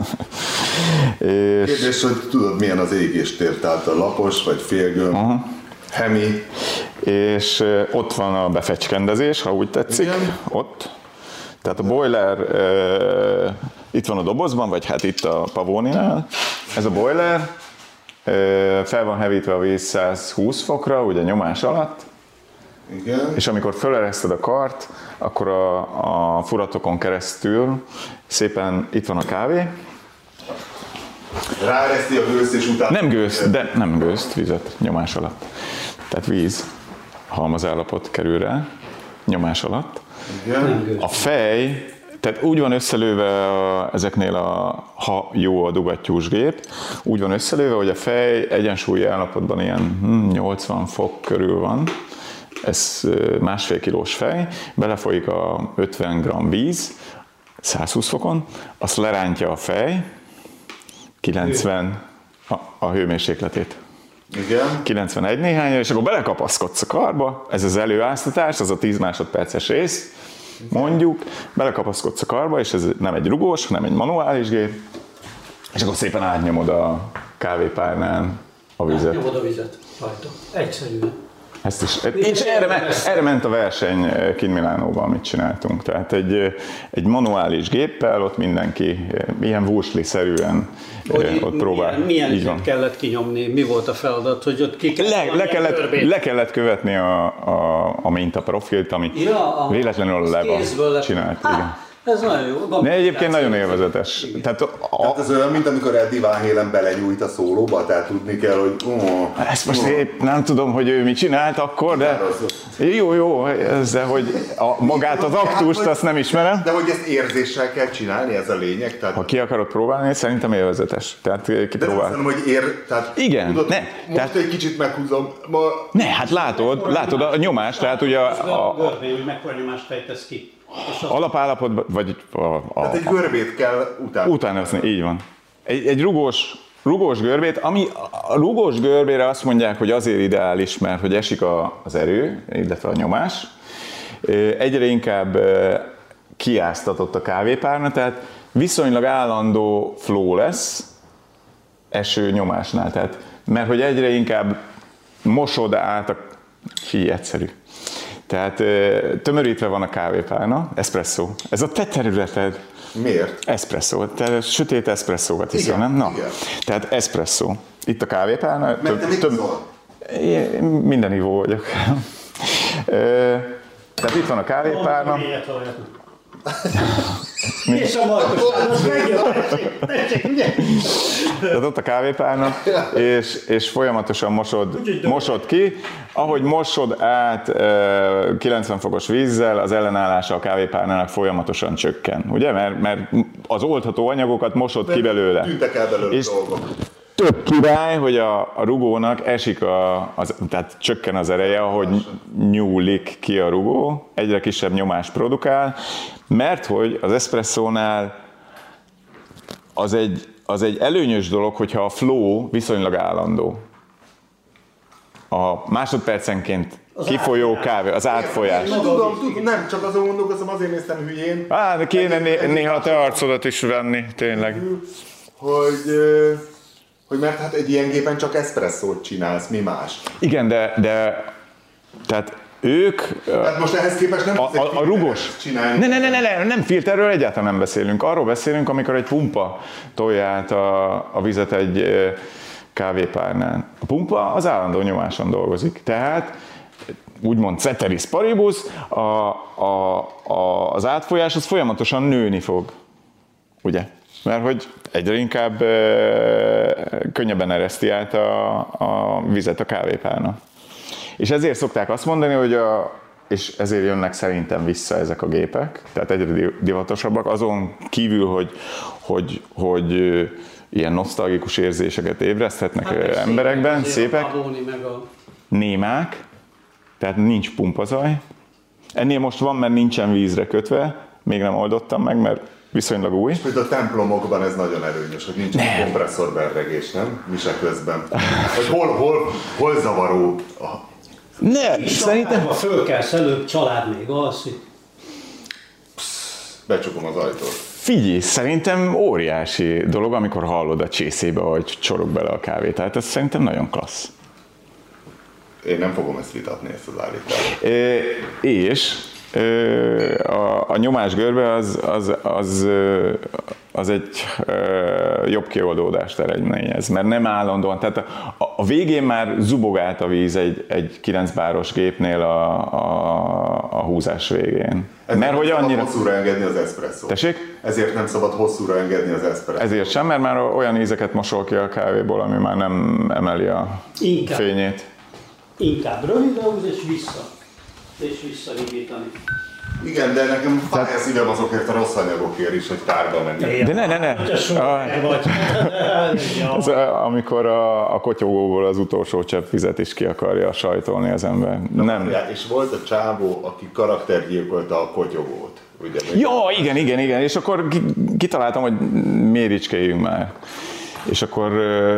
És... Kérdés, hogy tudod milyen az égéstér, tehát a lapos vagy félgömb, uh-huh. hemi. És ott van a befecskendezés, ha úgy tetszik, igen. Ott. Tehát a boiler uh, itt van a dobozban, vagy hát itt a Pavoninál. Ez a boiler, uh, fel van hevítve a víz száz húsz fokra, ugye nyomás alatt. Igen. És amikor felereszted a kart, akkor a, a furatokon keresztül szépen itt van a kávé. Ráereszti a gőzt, és utána... Nem gőzt, de nem gőzt, vizet nyomás alatt. Tehát víz, halmazállapot kerül rá, nyomás alatt. Igen. A fej, tehát úgy van összelőve a, ezeknél, a, ha jó a dugattyús gép, úgy van összelőve, hogy a fej egyensúlyi állapotban ilyen hm, nyolcvan fok körül van. Ez másfél kilós fej, belefolyik a ötven gramm víz, száz húsz fokon, azt lerántja a fej, kilencven a, a hőmérsékletét. Igen. kilencvenegy néhány, és akkor belekapaszkodsz a karba, ez az előáztatás, az a tíz másodperces rész, mondjuk, belekapaszkodsz a karba, és ez nem egy rugós, hanem egy manuális gép, és akkor szépen átnyomod a kávépárnán a vizet. Átnyomod a vizet rajta. Egyszerűen. Ezt is, és erre, erre ment a verseny kint Milánóban, amit csináltunk. Tehát egy, egy manuális géppel, ott mindenki ilyen wurstli-szerűen ott próbál. Milyen, milyen így kellett kinyomni? Mi volt a feladat? Hogy ott ki le, le, kellett, le kellett követni a, a, a mintaprofilt, amit ja, véletlenül a Leva csinált. Há, igen. Ez nagyon jó. De egyébként nagyon élvezetes. Tehát, a, tehát ez olyan, mint amikor Eddie Van Halen belenyújt a szólóba, tehát tudni kell, hogy... Oh, ezt most oh. épp nem tudom, hogy ő mit csinált akkor, de... Jó, jó, ez, de hogy a, magát az aktust, azt nem ismerem. De hogy ezt érzéssel kell csinálni, ez a lényeg? Tehát... Ha ki akarod próbálni, szerintem élvezetes. Tehát kipróbál. De nem hogy ér... Tehát, igen, tudod, ne. Most Tehát... egy kicsit meghúzom. Ma... Ne, hát látod, látod a nyomást, tehát ugye a... a görbé, hogy mekkora nyomást fejtesz ki. Alapállapotban, vagy a, a, tehát egy görbét kell utána. Utánozni, így van. Egy, egy rugós, rugós görbét, ami a rugós görbére azt mondják, hogy azért ideális, mert hogy esik a, az erő, illetve a nyomás. Egyre inkább kiáztatott a kávépárna, tehát viszonylag állandó flow lesz eső nyomásnál. Tehát, mert hogy egyre inkább mosod át a... Fí, egyszerű. Tehát tömörítve van a kávépárna, espresszó. Ez a te területed. Miért? Espresszó. Te sötét espresszókat iszol, nem? Na, igen. Tehát espresszó. Itt a kávépárna. Mert több, te mit több... Én minden ivó vagyok. Tehát itt van a kávépárna. És a Markos, az megjön, ugye? Tehát ott a kávépárna, és, és folyamatosan mosod, mosod ki. Ahogy mosod át kilencven fokos vízzel, az ellenállása a kávépárnának folyamatosan csökken. Ugye? Mert, mert az oldható anyagokat mosod ki belőle. Tűntek el belőle és dolgok. Tök király, hogy a, a rugónak esik, a, az, tehát csökken az ereje, ahogy nyúlik ki a rugó, egyre kisebb nyomást produkál, mert hogy az espresszónál az egy, az egy előnyös dolog, hogyha a flow viszonylag állandó. A másodpercenként az kifolyó átfolyás. Kávé, az átfolyás. Tudom, tudom, nem, csak azon gondolkozom, azért néztem hülyén. Á, de kéne né- néha a te arcodat is venni, tényleg. Hogy... Hogy mert hát egy ilyen gépen csak eszpresszót csinálsz, mi más? Igen, de, de tehát ők... Hát most ehhez képest nem a, a, a rugós. Csinálni. Ne, ne, ne, ne, ne, nem filterről egyáltalán nem beszélünk. Arról beszélünk, amikor egy pumpa tolja át a, a vizet egy kávépárnán. A pumpa az állandó nyomáson dolgozik, tehát úgymond ceteris paribus, a, a, a, az átfolyás az folyamatosan nőni fog, ugye? Mert hogy egyre inkább e, könnyebben ereszti át a, a vizet a kávépárna. És ezért szokták azt mondani, hogy a, és ezért jönnek szerintem vissza ezek a gépek, tehát egyre divatosabbak, azon kívül, hogy, hogy, hogy ilyen nosztalgikus érzéseket ébreszthetnek hát emberekben, szépek, szépek a... némák, tehát nincs pumpazaj. Ennél most van, mert nincsen vízre kötve, még nem oldottam meg, mert viszonylag új. És például a templomokban ez nagyon előnyös, hogy nincs egy kompresszorberregés, nem? Mise közben. Hogy hol, hol, hol zavaró a... Ne, szerintem... Föl kell előbb, család még alszik. Becsukom az ajtót. Figyelj, szerintem óriási dolog, amikor hallod a csészébe, hogy csorog bele a kávé. Tehát ez szerintem nagyon klassz. Én nem fogom ezt vitatni, ezt az állítást. É, és a, a nyomásgörbe az, az, az, az egy jobb kioldódást eredményez, mert nem állandóan, tehát a, a végén már zubogált a víz egy, egy kilenc báros gépnél a, a, a húzás végén. Ezért mert nem hogy szabad annyira... hosszúra engedni az eszpresszót. Tessék? Ezért nem szabad hosszúra engedni az eszpresszót. Ezért sem, mert már olyan ízeket mosol ki a kávéból, ami már nem emeli a Inkább. fényét. Inkább rövid ahhoz és vissza. És visszahigítani. Igen, de nekem fáj a szívem azokért a rossz anyagokért is, hogy tárba menni. De ne, ne, ne! Ez, amikor a, a kotyogóból az utolsó csepp vizet is ki akarja sajtolni az ember. Na, nem. És volt a csávó, aki karaktergyilkolta a kotyogót. Ugye? Jó, igen, igen, igen. És akkor kitaláltam, hogy méricskéljünk már. És akkor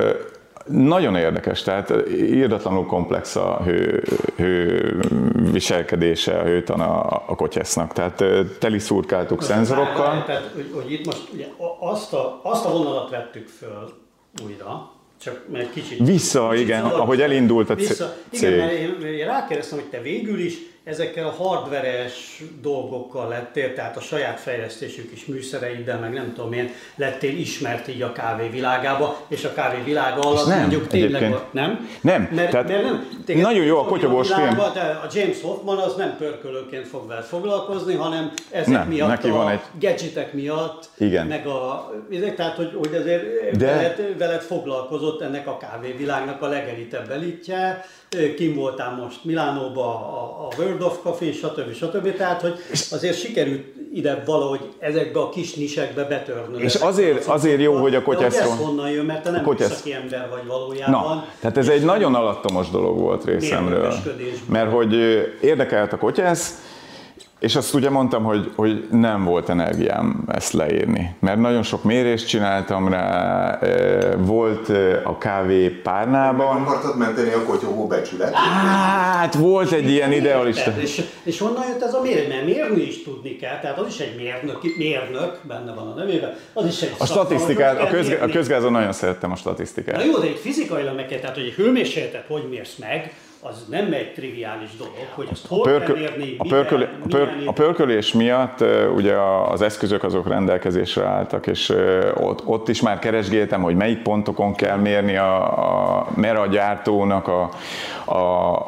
nagyon érdekes, tehát irdatlanul komplex a hő, hő viselkedése, a hőtan a, a kotyesznak. Tehát teli szurkáltuk szenzorokkal. Tehát, hogy, hogy itt most ugye azt a, azt a vonalat vettük föl újra, csak mert kicsit... Vissza, kicsit igen, szabad, ahogy elindult a vissza. cég. Igen, mert én, én rákérdeztem, hogy te végül is ezekkel a hardveres dolgokkal lettél, tehát a saját fejlesztésük is műszereiddel, meg nem tudom én, lettél ismert így a kávé világába, és a kávé világa alatt nem, mondjuk tényleg... A, nem? Nem, mert, tehát mert nem. Téged, nagyon jó a kotyogós film. De a James Hoffman az nem pörkölőként fog veled foglalkozni, hanem ezek nem, miatt, neki a van egy... gadgetek miatt, igen. meg a... Tehát, hogy, hogy azért de... veled, veled foglalkozott ennek a kávévilágnak a legelitebb elitje. Kim voltál most Milánóba a, a World of Coffee, stb. stb. Tehát, hogy azért sikerült ide valahogy ezekbe a kis nisekbe betörni. És azért, azért jó, hogy a kotyeszról... De hogy ez honnan jön, mert te nem műszaki ember vagy valójában. Na, tehát ez egy nagyon alattomos dolog volt részemről. Mert hogy érdekelt a kotyesz, és azt ugye mondtam, hogy, hogy nem volt energiám ezt leírni, mert nagyon sok mérést csináltam rá, volt a kávé párnában. Meg akartad menteni a kotyogó becsületét? Hát volt egy ilyen idealista. És, és honnan jött ez a mérés? Mert mérni is tudni kell, tehát az is egy mérnök, mérnök benne van a nevében, az is egy a statisztikát, a, közg, a közgázon nagyon szerettem a statisztikát. Na jó, de egy fizikailag meg kell, tehát hogy egy hőmérsékletet hogy mérsz meg, az nem egy triviális dolog, hogy azt hol Pörkö, kell érni, a, pörköl, a, pör, a pörkölés miatt ugye az eszközök azok rendelkezésre álltak, és ott, ott is már keresgéltem, hogy melyik pontokon kell mérni, a, a, mert a gyártónak a, a,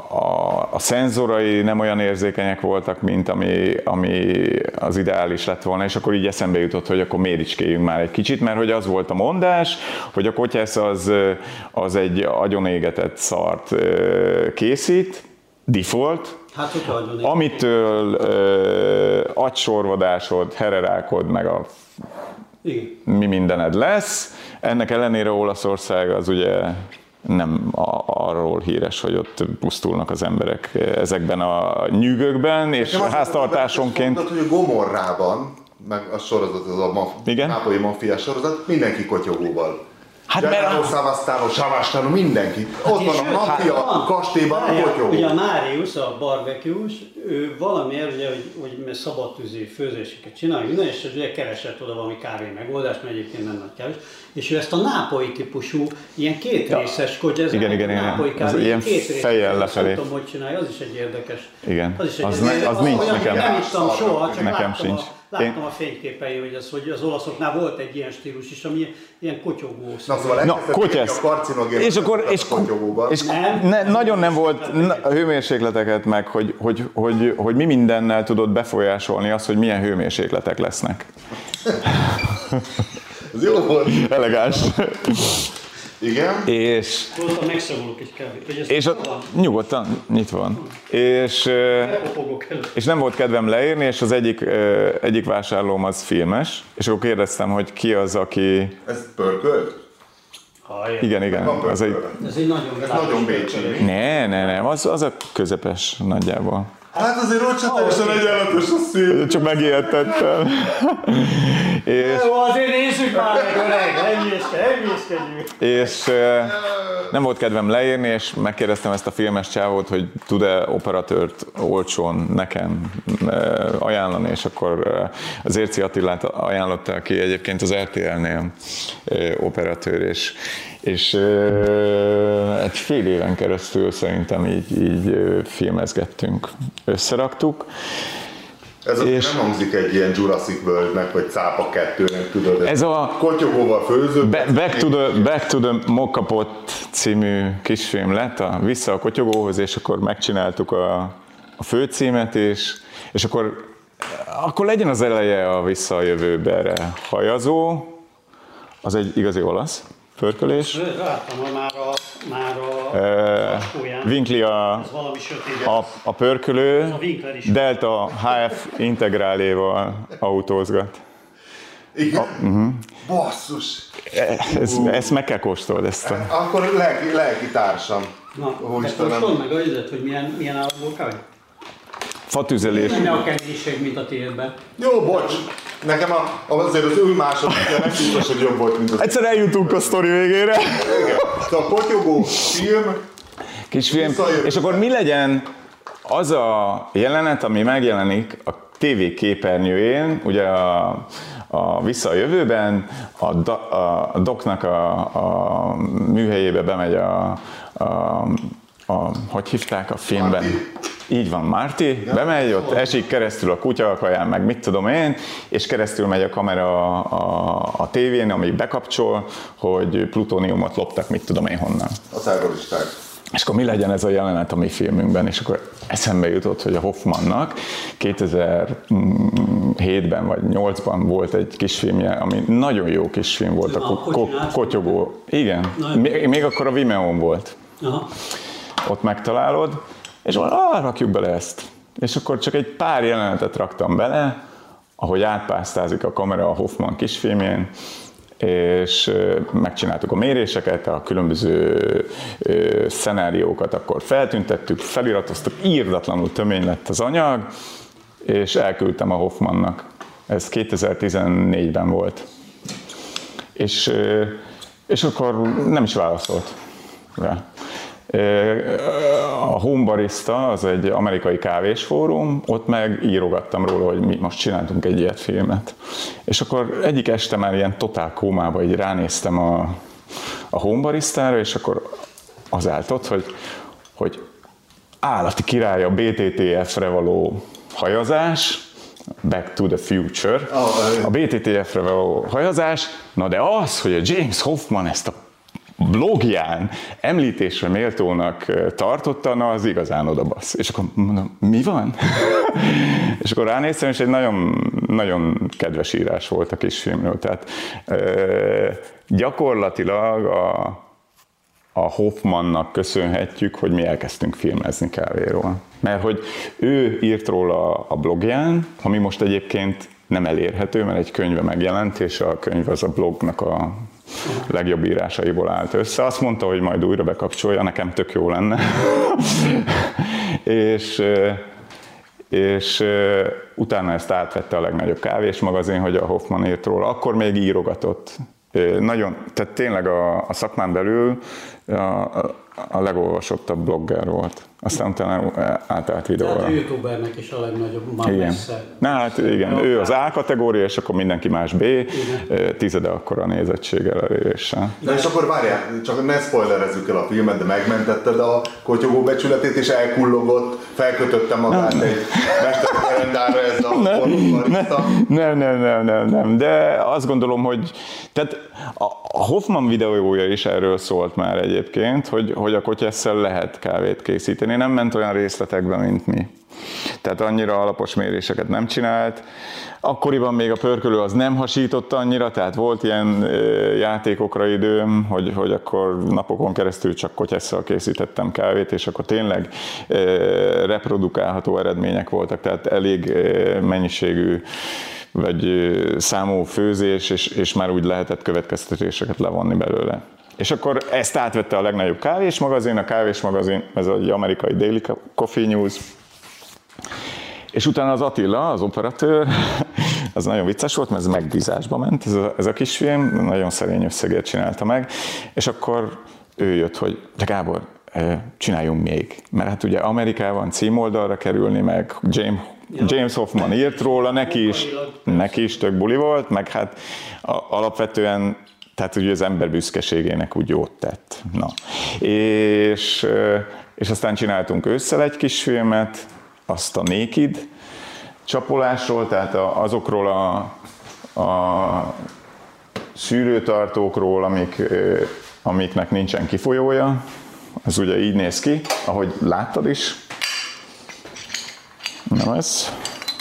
a, a szenzorai nem olyan érzékenyek voltak, mint ami, ami az ideális lett volna, és akkor így eszembe jutott, hogy akkor méricskéljünk már egy kicsit, mert hogy az volt a mondás, hogy a kotyesz az, az egy agyonégetett szart készít, default, hát, amitől uh, agysorvadásod, hererákod, meg a igen. mi mindened lesz. Ennek ellenére Olaszország az ugye nem a, arról híres, hogy ott pusztulnak az emberek ezekben a nyűgökben, és háztartásonként... Mondtad, hogy a Gomorrában, meg a sorozat, az a maf- nápolyi maffiás sorozat, mindenki kotyogóval. Hát Giancarlo Savastano, Savastano, mindenki. Hát ott van a maffia hát, kastélyban a kotyogó. Ugye a Marius, a barbecue-s, ő valamiért, ugye, hogy, hogy szabadtűző főzéseket csinál, minden, és ugye keresett oda valami kávé megoldást, mert egyébként nem nagy kevés. És ő ezt a nápolyi típusú, ilyen kétrészes kogy, ez igen, igen, nápolyi kávé, ez ilyen fejjel lefelé. Nem tudom, hogy csinálja, az is egy érdekes. Igen, az, is egy az, érdekes. Ne, az, az nincs olyan, nekem. Nem ittam soha, csak nekem láttam sincs. A, láttam a fényképei, hogy az, hogy az olaszoknál volt egy ilyen stílus is, ami ilyen kotyogó. Na szóval Na, kotyesz. a karcinogén És akkor és, és ne, nagyon nem volt na, hőmérsékleteket meg, hogy, hogy, hogy, hogy mi mindennel tudod befolyásolni azt, hogy milyen hőmérsékletek lesznek. Ez jó volt. Elegáns. Igen. És, Voltam megszagolok egy kávét. és a, nyugodtan, nyitva van. És, és nem volt kedvem leírni, és az egyik, egyik vásárlóm az filmes, és akkor kérdeztem, hogy ki az, aki... Ez pörkölt? Igen, igen. Az egy... Ez egy nagyon, Ez nagyon bécsi. Ne, ne, ne, az, az a közepes nagyjából. Hát azért ott sem teljesen egyenletes a szín. Csak megijedtettem. és, Jó, azért nézzük már meg, öreg, emészkedjünk. és nem volt kedvem leírni, és megkérdeztem ezt a filmes csávót, hogy tud-e operatőrt olcsón nekem ajánlani, és akkor az Érci Attilát ajánlotta, aki egyébként az er té el-nél operatőr, és és uh, egy fél éven keresztül szerintem így, így uh, filmezgettünk, összeraktuk. Ez és nem hangzik egy ilyen Jurassic World-nek, vagy Cápa kettőnek, tudod, ez a kotyogóval főző. Back to the, Back to the Mockapot című kisfilm lett, a Vissza a kotyogóhoz, és akkor megcsináltuk a, a főcímet, és, és akkor, akkor legyen az eleje a Vissza a jövőbe hajazó, az egy igazi olasz pörkölés. Láttam, hogy már a, már a uh, Winkli a, a, a pörkölő, a Delta há ef integráléval autózgat. Igen? A, uh-huh. Basszus! Ez, uh. Ezt meg kell kóstold, ezt a... Akkor lelki, lelki társam. Na, kóstold meg a üzlet, hogy milyen, milyen állapotból kell? Fatüzelés. Nem a keménység, mint a tiédben. Jó, bocs! Nekem a, azért az ő másodikja nem biztos, hogy jobb volt, mint az... Egyszer eljutunk a sztori végére. Igen. Szóval potyogó, film... Kisfilm. És akkor mi legyen az a jelenet, ami megjelenik a tévé képernyőjén, ugye a, a Vissza a jövőben, a, do, a Docnak a, a műhelyébe bemegy a, a, a... hogy hívták a filmben? Marty. Így van, Marty, ja, bemegy, ott esik keresztül a kutyakaján, meg mit tudom én, és keresztül megy a kamera a, a, a tévén, ami bekapcsol, hogy plutóniumot loptak, mit tudom én honnan. A terroristák. És akkor mi legyen ez a jelenet a mi filmünkben, és akkor eszembe jutott, hogy a Hoffmannak kétezer-hétben vagy nyolcban volt egy kisfilmje, ami nagyon jó kisfilm volt, a, a ko- kotyogó. Igen, még, még akkor a Vimeo-n volt. Aha. Ott megtalálod, és mondom, ah, rakjuk bele ezt. És akkor csak egy pár jelenetet raktam bele, ahogy átpásztázik a kamera a Hoffman kisfilmjén, és megcsináltuk a méréseket, a különböző szenáriókat akkor feltüntettük, feliratoztuk, írdatlanul tömény lett az anyag, és elküldtem a Hoffmannak. Ez kétezer-tizennégyben volt. És, és akkor nem is válaszolt rá. A Home Barista, az egy amerikai kávésfórum, ott meg írogattam róla, hogy mi most csináltunk egy ilyet filmet. És akkor egyik este már ilyen totál kómába így ránéztem a, a Home Baristára, és akkor az állt ott, hogy, hogy állati király a bé té té ef-re való hajazás, Back to the Future, a bé té té ef-re való hajazás, na de az, hogy a James Hoffman ezt a blogján említésre méltónak tartotta, na az igazán odabasz. És akkor mondom, mi van? És akkor ránéztem, és egy nagyon, nagyon kedves írás volt a kisfilmről. Tehát e, gyakorlatilag a, a Hoffmannak köszönhetjük, hogy mi elkezdtünk filmezni kávéról. Mert hogy ő írt róla a blogján, ami most egyébként nem elérhető, mert egy könyve megjelent, és a könyv az a blognak a legjobb írásaiból állt össze. Azt mondta, hogy majd újra bekapcsolja, nekem tök jó lenne. és, és utána ezt átvette a legnagyobb kávés magazin, hogy a Hoffman írt róla. Akkor még írogatott. Nagyon, tehát tényleg a, a szakmán belül a, a legolvasottabb blogger volt. Aztán utána átállt videóra. Tehát a youtubernek is a legnagyobb, már igen. messze. Na hát igen, ő az A kategória, és akkor mindenki más B, igen. Tizede akkora nézettséggel eléréssel. De és akkor várjál, csak ne spoilerezzük el a filmet, de megmentetted a kotyogó becsületét, és elkullogott, felkötötte magát nem, egy mesterkalendára ez a pornóbarista. Nem, nem, nem, nem, nem, de azt gondolom, hogy tehát a Hoffman videója is erről szólt már egyébként, hogy, hogy a kotyesszel lehet kávét készíteni. Nem ment olyan részletekbe, mint mi. Tehát annyira alapos méréseket nem csinált. Akkoriban még a pörkölő az nem hasított annyira, tehát volt ilyen játékokra időm, hogy, hogy akkor napokon keresztül csak kotyesszel készítettem kávét, és akkor tényleg reprodukálható eredmények voltak, tehát elég mennyiségű vagy számú főzés, és, és már úgy lehetett következtetéseket levonni belőle. És akkor ezt átvette a legnagyobb kávésmagazin, a kávésmagazin, ez egy amerikai Daily Coffee News, és utána az Attila, az operatőr, az nagyon vicces volt, mert ez megbízásba ment, ez a, ez a kisfilm, nagyon szerény összegért csinálta meg, és akkor ő jött, hogy de Gábor, csináljunk még, mert hát ugye Amerikában címoldalra kerülni, meg James James Hoffman írt róla, neki is, neki is tök buli volt, meg hát alapvetően, tehát ugye az ember büszkeségének úgy jót tett. Na. És, és aztán csináltunk ősszel egy kis filmet, azt a Naked csapolásról, tehát azokról a, a szűrőtartókról, amik, amiknek nincsen kifolyója. Ez ugye így néz ki, ahogy láttad is. Nem ez.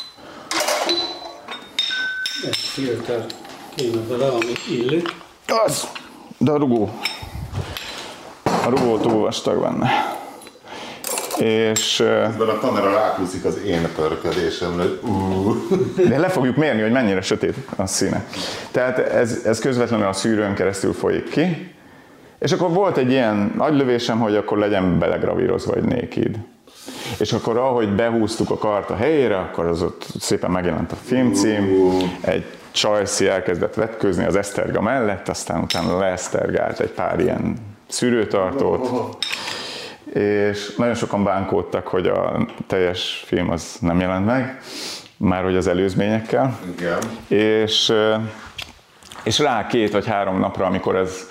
Egy filter kéne bele, ami illik. Az! De a rugó. A rugó túl vastag benne. És... Ezben a kamera rákúszik az én pörködésemre. Uh. De le fogjuk mérni, hogy mennyire sötét a színe. Tehát ez, ez közvetlenül a szűrőn keresztül folyik ki. És akkor volt egy ilyen agylövésem, hogy akkor legyen belegravírozva egy Naked. És akkor ahogy behúztuk a kart a helyére, akkor az ott szépen megjelent a filmcím, egy csajszi elkezdett vetkőzni az eszterga mellett, aztán utána leesztergált egy pár ilyen szűrőtartót, és nagyon sokan bánkódtak, hogy a teljes film az nem jelent meg, már hogy az előzményekkel. Igen. És, és rá két vagy három napra, amikor ez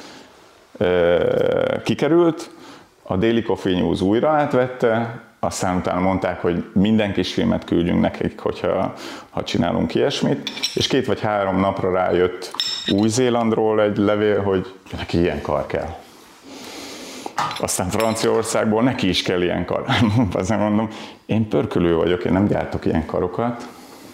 kikerült, a Daily Coffee News újra átvette, aztán utána mondták, hogy minden kis filmet küldjünk nekik, hogyha ha csinálunk ilyesmit, és két vagy három napra rájött Új-Zélandról egy levél, hogy neki ilyen kar kell. Aztán Franciaországból neki is kell ilyen kar. Azért mondom, én pörkölő vagyok, én nem gyártok ilyen karokat.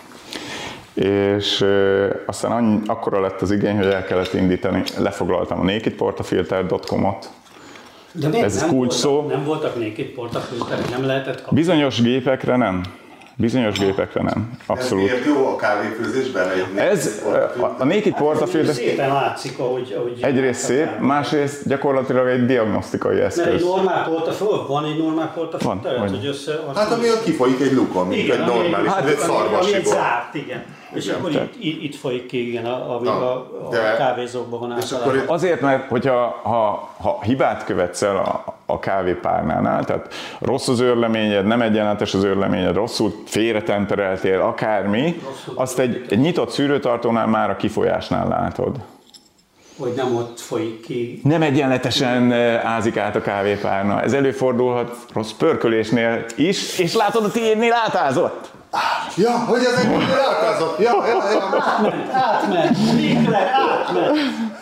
És e, aztán annyi, akkora lett az igény, hogy el kellett indítani, lefoglaltam a naked portafilter dot com-ot. De miért ez nem kulcs voltak, szó. Nem voltak naked portafilterek, nem lehetett kapni? Bizonyos gépekre nem. Bizonyos gépekre nem. Abszolút. Ez miért jó a kávéfőzésben? Ez a, a naked portafilter... Szépen látszik, ahogy... ahogy egyrészt szép, másrészt gyakorlatilag egy diagnosztikai eszköz. Mert egy normál portafilter, van egy normál portafilter? Van, hogy össze, hát ami ott kifolyik egy lukon, mint egy normális, hát, egy szarvasiból. Ami zárt, igen. És akkor itt, itt, itt folyik ki, igen, amíg a, a kávézókban van általában. Itt... Azért, mert hogyha ha, ha hibát követsz el a, a kávépárnánál, tehát rossz az őrleményed, nem egyenletes az őrleményed, rosszul félretempereltél, akármi, rosszul azt egy, egy nyitott szűrőtartónál már a kifolyásnál látod. Hogy nem ott folyik ki. Nem egyenletesen ázik át a kávépárna. Ez előfordulhat rossz pörkölésnél is, és látod, a tiédnél átázott. Ja, hogy ez egy minden átázott. Ja, ja, ja. Átment, átment, végre átment.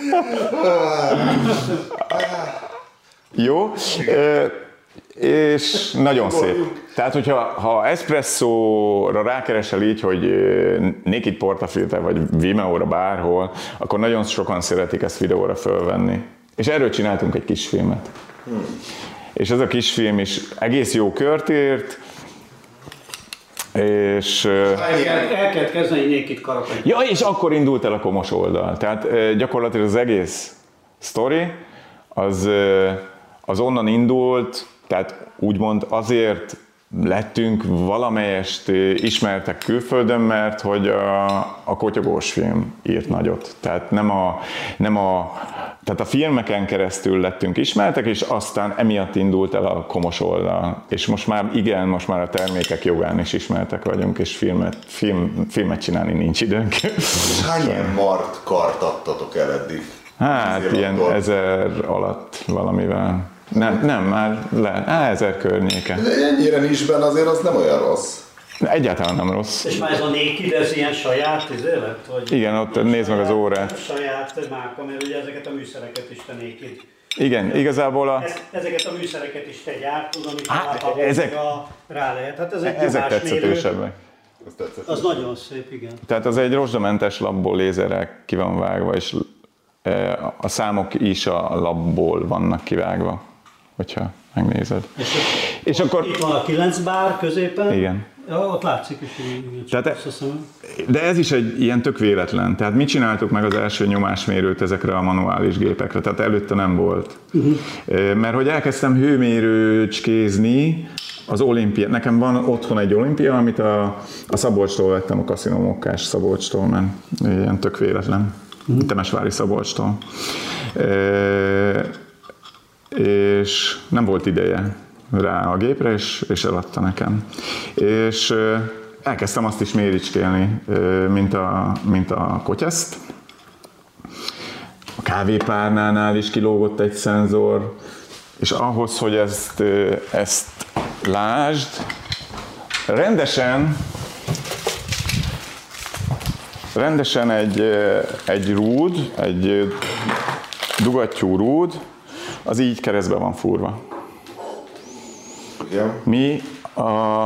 Jó, és nagyon szép. Tehát, hogyha ha espresszóra rákeresel így, hogy naked portafilter, vagy Vimeo-ra bárhol, akkor nagyon sokan szeretik ezt videóra fölvenni. És erről csináltunk egy kis filmet. Hmm. És ez a kisfilm is egész jó kört ért, és... El kellett kezdeni egy naked karakter. Ja, és akkor indult el a komos oldal. Tehát gyakorlatilag az egész sztori, az, az onnan indult, tehát úgymond azért lettünk valamelyest ismertek külföldön, mert hogy a, a kotyogós film írt nagyot. Tehát nem a, nem a, tehát a filmeken keresztül lettünk ismertek, és aztán emiatt indult el a komos oldal. És most már igen, most már a termékek jogán is ismertek vagyunk, és filmet, film, filmet csinálni nincs időnk. És hány ilyen mart kart adtatok el eddig? Hát ilyen adott? ezer alatt valamivel. Nem, nem, már le, á, ezer környéke. De ennyire nincsben azért az nem olyan rossz. Egyáltalán nem rossz. És már ez a Naked, ez ilyen saját izélet? Igen, ott nézd meg az órát. Saját márka, mert ugye ezeket a műszereket is te Naked. Igen, igazából a... Ez, ezeket a műszereket is te gyártod, amit hát, a ezek, a, rá lehet. Hát ez egy ezek tetszetősebbek. Az nagyon szép, igen. Tehát az egy rozsdamentes labból lézerrel ki van vágva, és a számok is a labból vannak kivágva, hogyha megnézed. És, és akkor... Itt van a kilenc bár középen. Igen. Ja, ott látszik is, igen, tehát e, de ez is egy ilyen tök véletlen. Tehát mi csináltuk meg az első nyomásmérőt ezekre a manuális gépekre, tehát előtte nem volt. Uh-huh. Mert hogy elkezdtem hőmérőcskézni az olimpia, nekem van otthon egy olimpia, amit a, a Szabolcstól vettem, a Casino Mokkás Szabolcstól, mert ilyen tök véletlen. Uh-huh. Temesvári Szabolcstól. E, és nem volt ideje rá a gépre, és, és eladta nekem. És elkezdtem azt is méricskélni, mint a, mint a kotyeszt. A kávépárnánál is kilógott egy szenzor, és ahhoz, hogy ezt, ezt lásd, rendesen, rendesen egy, egy rúd, egy dugattyú rúd, az így keresztbe van fúrva. Mi a,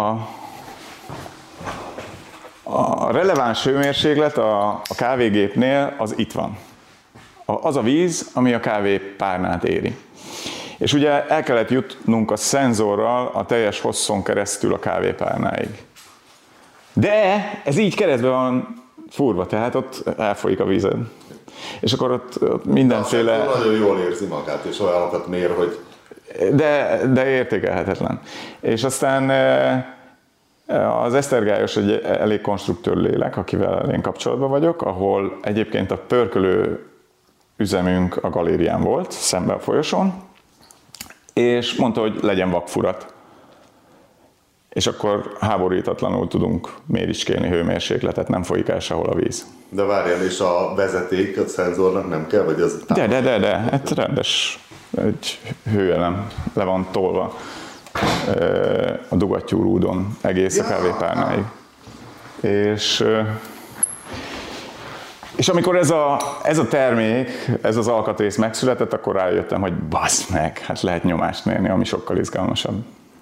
a releváns hőmérséklet a, a kávégépnél az itt van. Az a víz, ami a kávépárnát éri. És ugye el kellett jutnunk a szenzorral a teljes hosszon keresztül a kávépárnáig. De ez így keresztbe van fúrva, tehát ott elfolyik a vízed. És akkor ott, ott mindenféle... De nagyon jól érzi magát, és olyanokat mér, hogy... De, de értékelhetetlen. És aztán az Esztergályos egy elég konstruktőr lélek, akivel én kapcsolatban vagyok, ahol egyébként a pörkölő üzemünk a galérián volt, szemben a folyosón, és mondta, hogy legyen vakfurat. És akkor háborítatlanul tudunk méricskélni hőmérsékletet, nem folyik el sehol a víz. De várjál, és a vezeték a szenzornak nem kell, vagy az... De, de, de, de, hát rendes egy hőelem le van tolva a dugattyú rúdon egész a kávépárnáig. És, és amikor ez a, ez a termék, ez az alkatrész megszületett, akkor rájöttem, hogy bassz meg, hát lehet nyomást mérni, ami sokkal izgalmasabb.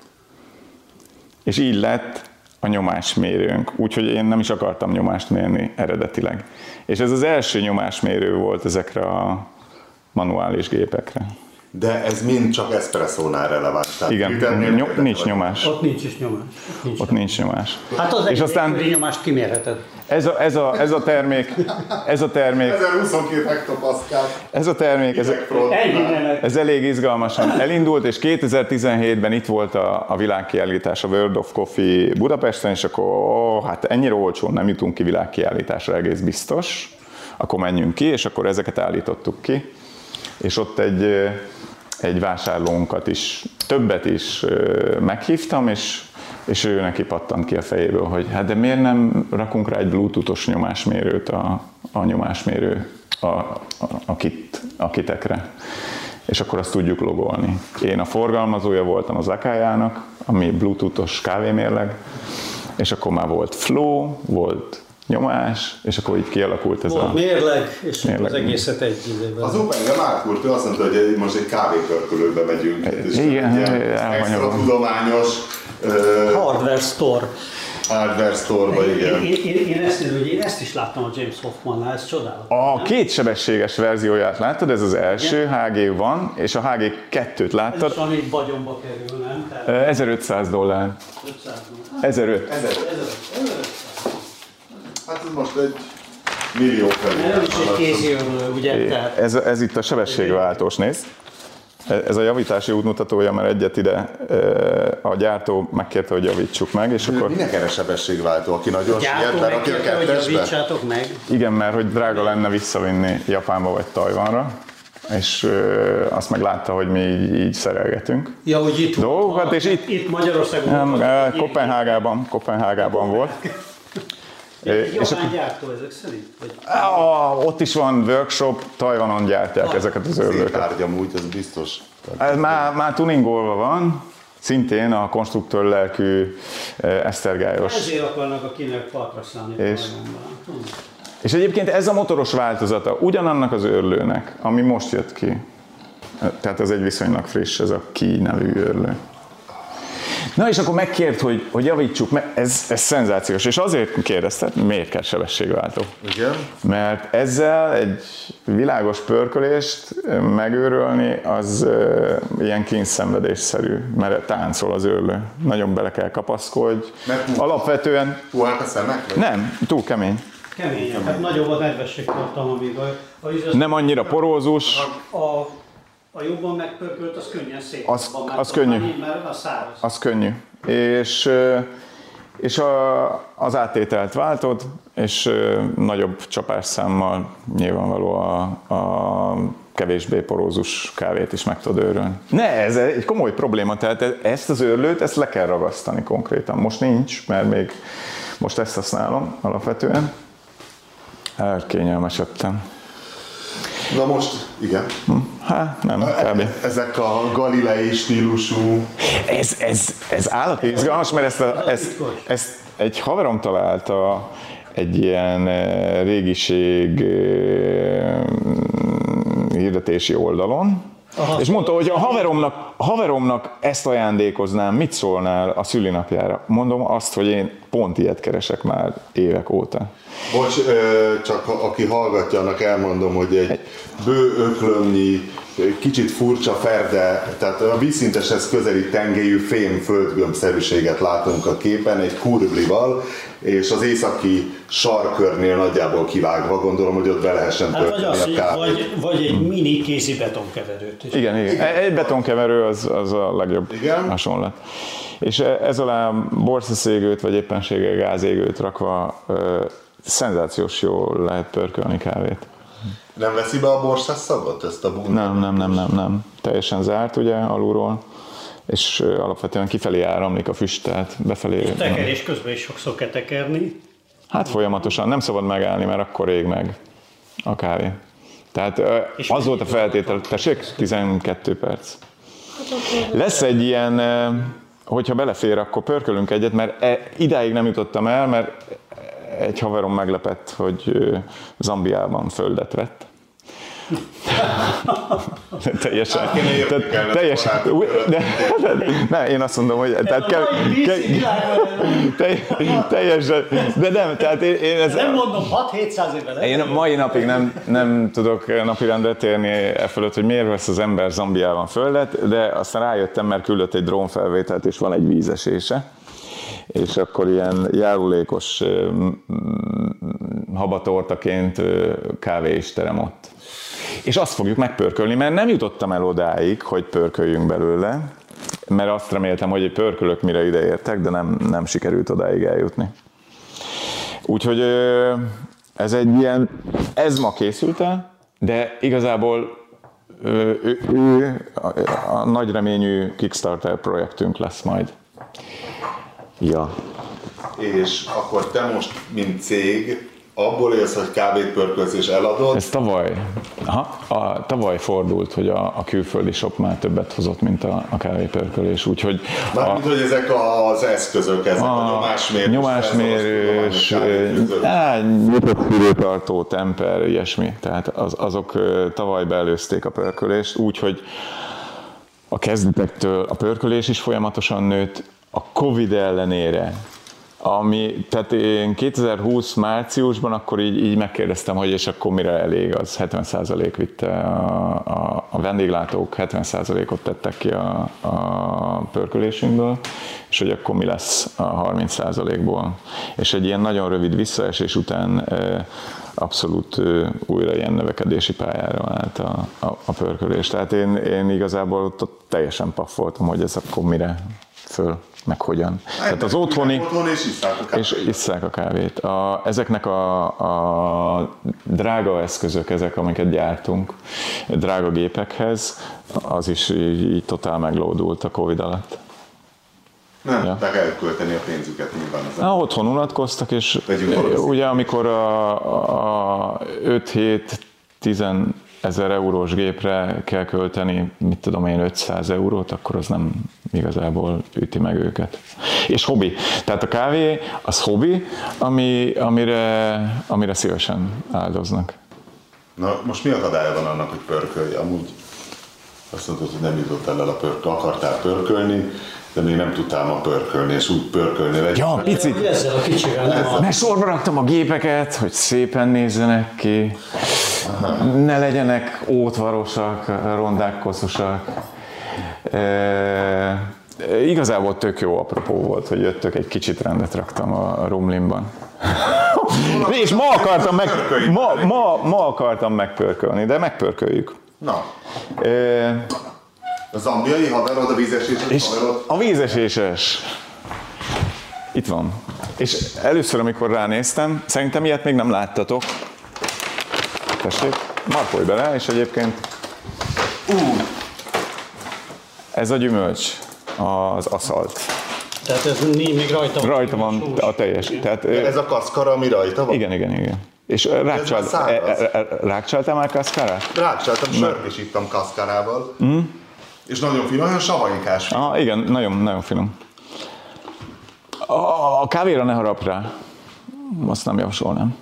És így lett a nyomásmérőnk, úgyhogy én nem is akartam nyomást mérni eredetileg. És ez az első nyomásmérő volt ezekre a manuális gépekre. De ez mind csak eszpresszónál releváns. Igen, ny- nincs nyomás. Ott nincs is nyomás. Ott nincs, Ott nincs nyomás. Hát az és aztán nyomást kimérheted. Ez a, ez, a, ez a termék, ez a termék, ezerhuszonkettő hektopaszkál. Ez a termék, ez, ez elég izgalmasan elindult, és kétezer-tizenhétben itt volt a, a világkiállítás, a World of Coffee Budapesten, és akkor ó, hát ennyire olcsón nem jutunk ki világkiállításra, egész biztos, akkor menjünk ki, és akkor ezeket állítottuk ki, és ott egy, egy vásárlónkat is, többet is meghívtam, és és ő neki pattant ki a fejéből, hogy hát de miért nem rakunk rá egy bluetoothos nyomásmérőt a, a nyomásmérő a, a, a, kit, a kitekre. És akkor azt tudjuk logolni. Én a forgalmazója voltam az Akájának, ami bluetoothos kávémérleg, és akkor már volt flow, volt nyomás, és akkor így kialakult ez volt a... mérleg, és mérleg. Az egészet egy időben. Az Openge Márkurt, ő azt mondta, hogy most egy kávépörkölőbe megyünk. És igen, extra tudományos Uh, hardware store. Hardware store-ba, igen. Én, én, én, ezt, én ezt is láttam a James Hoffmannál, ez csodálatos. A kétsebességes verzióját láttad, ez az első, igen. há gé van, és a há gé kettőt láttad. Ez is valami vagyonba kerül, nem? Tehát... ezerötszáz dollár. ötszáz dollár. ezerötszáz. Hát ez most egy millió felé. Nem is egy kéziőrlő, ugye? Tehát... Ez, ez itt a sebességváltós, nézd. Ez a javítási útmutatója, mert egyet ide a gyártó megkérte, hogy javítsuk meg, és akkor... Minek erre sebességváltó, aki nagyon siet, berakja a kettesbe? meg. Igen, mert hogy drága lenne visszavinni Japánba vagy Tajvanra, és ö, azt meg látta, hogy mi így, így szerelgetünk. Ja, hogy itt dolgokat, és itt, itt Magyarországon nem, Kopenhágában, Kopenhágában volt. Japán gyártó ezek szerint? Vagy? Ah, ott is van workshop, Tajvanon gyártják ah, ezeket az örlőket. Szétárgy amúgy, ez biztos. Ez már, már tuningolva van, szintén a konstruktőr lelkű esztergályos. Ezért akarnak a kinek partra szállni. És, és egyébként ez a motoros változata ugyanannak az őrlőnek, ami most jött ki. Tehát ez egy viszonylag friss, ez a Ki nevű őrlő. Na és akkor megkért, hogy, hogy javítsuk, mert ez, ez szenzációs, és azért kérdezted, miért kell sebességváltó? Igen. Mert ezzel egy világos pörkölést megőrölni, az uh, ilyen kényszenvedésszerű, mert táncol az őrlő. Nagyon bele kell kapaszkodj. Mert alapvetően... Puhák a szemek? Vagy? Nem, túl kemény. Keményen, tehát nagyobb a nedvességtartalma, még a, a nem annyira porózus. A, a jobban megpörkölt, az könnyen szép. Az, van, az könnyű. Így, mert az száraz. Az könnyű. És, és a, az áttételt váltod, és nagyobb csapásszámmal nyilvánvaló a, a kevésbé porózus kávét is meg tud őrölni. Ne, ez egy komoly probléma, tehát ezt az őrlőt, ezt le kell ragasztani konkrétan. Most nincs, mert még most ezt használom alapvetően. Elkényelmesedtem. Na most, igen. Hát nem, kb. Ezek a galilei stílusú... Ez, ez, ez állati izgalmas, mert ezt, a, ezt, ezt egy haverom találta egy ilyen régiség hirdetési oldalon, aha, és mondta, hogy a haveromnak, a haveromnak ezt ajándékoznám, mit szólnál a szülinapjára? Mondom azt, hogy én pont ilyet keresek már évek óta. Bocs, csak aki hallgatja, annak elmondom, hogy egy bő öklömnyi, kicsit furcsa ferde, tehát a vízszinteshez közeli tengelyű fém földgömbszerűséget látunk a képen, egy kurblival, és az északi sarkörnél nagyjából kivágva, gondolom, hogy ott be lehessen hát tölteni vagy a kávét. Vagy, vagy egy mini kézi betonkeverőt is. Igen, igen. igen. Egy betonkeverő az, az a legjobb igen. hasonlat. És ez alá borszaszégőt, vagy éppenséggel gázégőt rakva ö, szenzációs jól lehet pörkölni kávét. Nem veszi be a borszaszabot, ezt a bundát? Nem, nem, nem, nem, nem. Teljesen zárt ugye alulról, és ö, alapvetően kifelé áramlik a füst, tehát befelé. És tekerés közben is sokszor kell tekerni. Hát folyamatosan, nem szabad megállni, mert akkor rég meg a kávé. Tehát ö, az volt a feltétel, tessék, tizenkét perc. Lesz egy ilyen... Ö, hogyha belefér, akkor pörkölünk egyet, mert idáig nem jutottam el, mert egy haverom meglepett, hogy Zambiában földet vett. teljesen, tehát, teljesen, de, de, ne, én azt mondom, hogy tehát kell, kell, teljesen, de nem, tehát én, én ez, nem mondom, hat-hétszáz évvel. Én mai napig nem, nem tudok napirendre térni e fölött, hogy miért vesz az ember Zambiában földet, de aztán rájöttem, mert küldött egy drónfelvételt, és van egy vízesése, és akkor ilyen járulékos habatortaként kávé is terem ott. És azt fogjuk megpörkölni, mert nem jutottam el odáig, hogy pörköljünk belőle, mert azt reméltem, hogy pörkölök, mire ideértek, de nem, nem sikerült odáig eljutni. Úgyhogy ez egy ilyen, ez ma készült el, de igazából ő, ő, ő a, a nagy reményű Kickstarter projektünk lesz majd. Ja. És akkor te most, mint cég, abból élsz, hogy kávét pörkölsz és eladod? Ez tavaly, aha, a, tavaly fordult, hogy a, a külföldi shop már többet hozott, mint a, a kávépörkölés, úgyhogy... Mármint, hogy ezek az eszközök, ezek a, a nyomásmérős... Nyomásmérős, nyitott fűrőtartó, temper, ilyesmi, tehát az, azok tavaly beelőzték a pörkölést, úgyhogy a kezdetektől a pörkölés is folyamatosan nőtt, a Covid ellenére. Ami, tehát én kétezer-húsz márciusban akkor így, így megkérdeztem, hogy és akkor mire elég az, hetven százalék vitte a, a, a vendéglátók, hetven százalékot tettek ki a, a pörkölésünkből, és hogy akkor mi lesz a harminc százalékból. És egy ilyen nagyon rövid visszaesés után e, abszolút e, újra ilyen növekedési pályára állt a, a, a pörkölés. Tehát én, én igazából ott, ott teljesen paffoltam, hogy ez akkor mire föl, meg hogyan. Hát, tehát az otthoni, otthon és isszák a kávét. És isszák a kávét. A, ezeknek a, a drága eszközök, ezek, amiket gyártunk, drága gépekhez, az is így, így totál meglódult a Covid alatt. Nem ja. tudták elkölteni a pénzüket nyilván. Na, otthon unatkoztak, és ugye amikor a, a öt-hét-tíz ezer eurós gépre kell költeni, mit tudom én, ötszáz eurót, akkor az nem igazából üti meg őket. És hobbi. Tehát a kávé az hobbi, ami, amire, amire szívesen áldoznak. Na most mi akadálya van annak, hogy pörkölj? Amúgy azt mondtad, hogy nem jutottál el a pörkölni, akartál pörkölni, de még nem tudtál ma pörkölni, és úgy pörkölni vagy. Ja, picit. Ezzel a kicsivel nem a... Mert sorba raktam a gépeket, hogy szépen nézzenek ki, aha. Ne legyenek ótvarosak, rondák, koszosak. E, igazából tök jó apropó volt, hogy jöttök, egy kicsit rendet raktam a Rumlinban. És ma akartam, meg, ma, ma, ma akartam megpörkölni, de megpörköljük. Na. E, A zambiai haverod, a vízeséses haverod? A vízeséses. Itt van. És először, amikor ránéztem, szerintem ilyet még nem láttatok. Tessék, markolj bele, és egyébként uh, ez a gyümölcs, az aszalt. Tehát ez még rajta van. Rajta van a teljes. Tehát, ez a kaszkara, ami rajta van? Igen, igen, igen. És rákcsalt, rákcsaltál már kaszkárát? Rákcsaltam, sört is ittam kaszkárával. Mm. És nagyon finom, olyan savanyikás. Ah, igen, nagyon, nagyon finom. A kávéra ne harap rá. Azt nem javasolnám.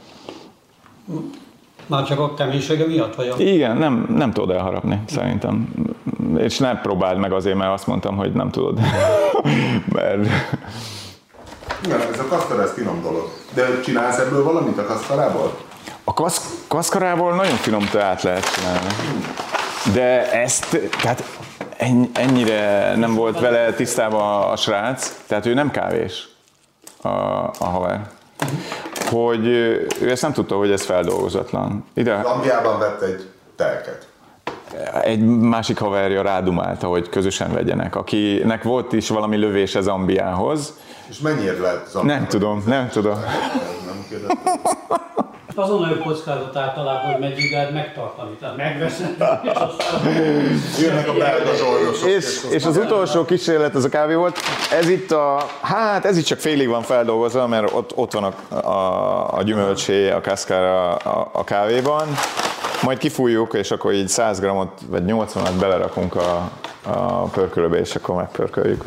Már csak a keménysége miatt, vagy a... Igen, nem, nem tudod elharapni, szerintem. És ne próbáld meg azért, mert azt mondtam, hogy nem tudod. Mert... Igen, ez a kaszkara, ez finom dolog. De csinálsz ebből valamit a kaszkarából? A kasz, kaszkarából nagyon finom teát lehet csinálni. De ezt, tehát ennyire nem volt vele tisztában a srác, tehát ő nem kávés, a, a haver, hogy ő ezt nem tudta, hogy ez feldolgozatlan. Ide, Zambiában vett egy telket. Egy másik haverja rádumálta, hogy közösen vegyenek, akinek volt is valami lövése Zambiához. És mennyiért lehet Zambiában? Nem tudom, nem tudom. Nem kérdeztem. Azon a kockázat általában, hogy meddig lehet megtartani, tehát megveszed, és aztán... Jönnek a belga zsoldosok. És, és az utolsó kísérlet az a kávé volt. Ez itt a, hát ez itt csak félig van feldolgozva, mert ott, ott van a, a, a gyümölcsé, a kaszkára a, a kávéban. Majd kifújjuk, és akkor így száz grammot vagy nyolcvanat belerakunk a, a pörkölőbe, és akkor megpörköljük.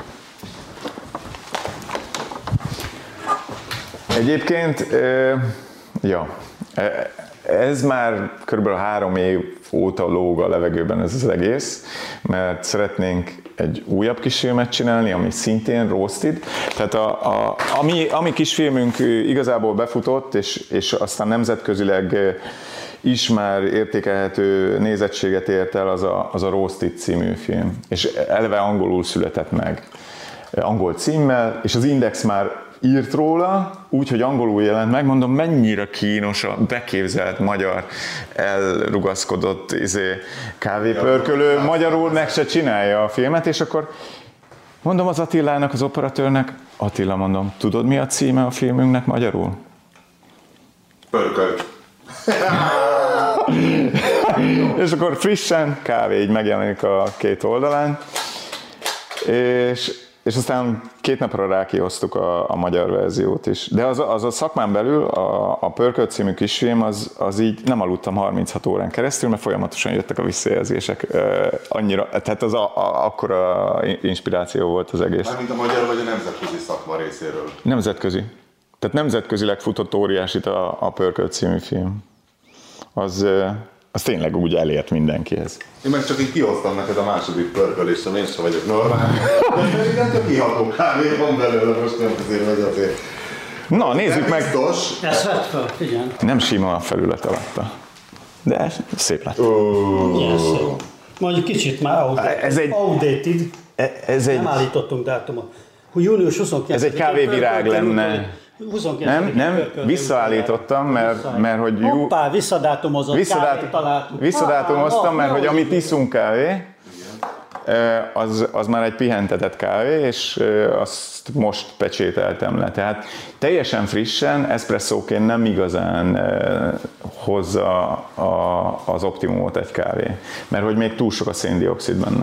Egyébként, ja, ez már kb. három év óta lóg a levegőben ez az egész, mert szeretnénk egy újabb kisfilmet csinálni, ami szintén roasted. Tehát a, a, ami, ami kisfilmünk igazából befutott, és, és aztán nemzetközileg is már értékelhető nézettséget ért el, az a, az a Roasted című film. És eleve angolul született meg. Angol címmel, és az Index már írt róla, úgyhogy angolul jelent meg, mondom, mennyire kínos a beképzelt magyar elrugaszkodott izé, kávépörkölő, ja, magyarul meg se csinálja a filmet, és akkor mondom az Attilának, az operatőrnek, Attila, mondom, tudod mi a címe a filmünknek magyarul? Pörköl. És akkor frissen kávé így megjelenik a két oldalán, és És aztán két napra rákihoztuk a, a magyar verziót is. De az, az a szakmán belül a, a Pörkölt című kisfilm, az, az így nem aludtam harminchat órán keresztül, mert folyamatosan jöttek a visszajelzések. Annyira, tehát az a, a, akkora inspiráció volt az egész. Mármint a magyar vagy a nemzetközi szakma részéről? Nemzetközi. Tehát nemzetközileg futott óriásit a, a Pörkölt című film. Az... az tényleg úgy elért mindenkihez. Én meg csak így kihoztam neked a második pörkölést, én sem vagyok normál. De pedig nem csak kiható kávé van belőle, most nem azért vagy azért. Na, nézzük meg. Ezt vett fel, figyelj. Nem sima a felület alatta. De szép lett. Oh. Yes. Mondjuk kicsit már outdated. Ez egy, outdated. Ez egy, nem állítottunk dátumot. június huszonkilencedike. Ez egy kávévirág lenne. Nem, nem, visszaállítottam, mert, mert hogy... Jú, hoppá, visszadátumozott visszadát, kávét találtuk. Visszadátumoztam, mert hogy amit iszunk kávé, az, az már egy pihentetett kávé, és azt most pecsételtem le. Tehát teljesen frissen, eszpresszóként nem igazán hozza a, az optimumot egy kávé, mert hogy még túl sok a széndioxid benne.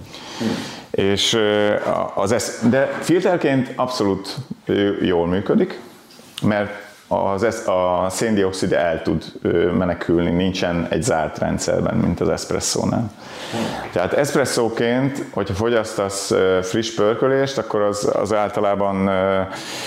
És az esz, de filterként abszolút jól működik, mert az, a széndioxid el tud menekülni, nincsen egy zárt rendszerben, mint az eszpresszónál. Tehát eszpresszóként, hogyha fogyasztasz friss pörkölést, akkor az, az általában ö,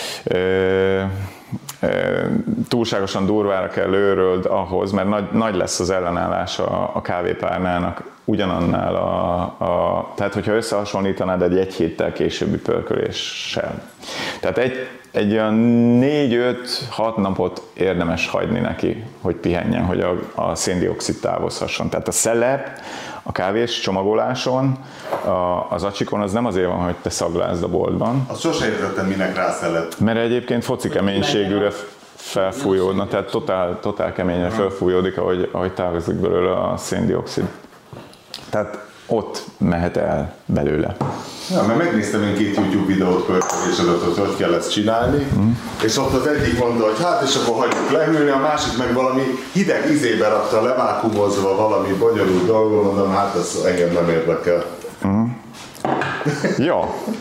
ö, ö, túlságosan durvára kell őröld ahhoz, mert nagy, nagy lesz az ellenállása a kávépárnának ugyanannál a, a... Tehát, hogyha összehasonlítanád egy egy héttel későbbi pörköléssel. Tehát egy, egy olyan négy-öt-hat napot érdemes hagyni neki, hogy pihenjen, hogy a, a széndioxid távozhasson. Tehát a szelep, a kávés csomagoláson, a, az acsikon az nem azért van, hogy te szaglázd a boltban. Azt sose értettem, minek rászeled. Mert egyébként foci keménységűre felfújódna, tehát totál, totál keményre felfújódik, ahogy, ahogy távozik belőle a széndioxid. Tehát ott mehet el belőle. Ja, mert megnéztem én két YouTube videót pörkölésedet, hogy hogy kell ezt csinálni, mm. és ott az egyik mondta, hogy hát és akkor hagyjuk lehűlni, a másik meg valami hideg izébe rakta, levákumozva valami bonyolult dolgot, mondom, hát ez engem nem érdekel. Mm. Ja.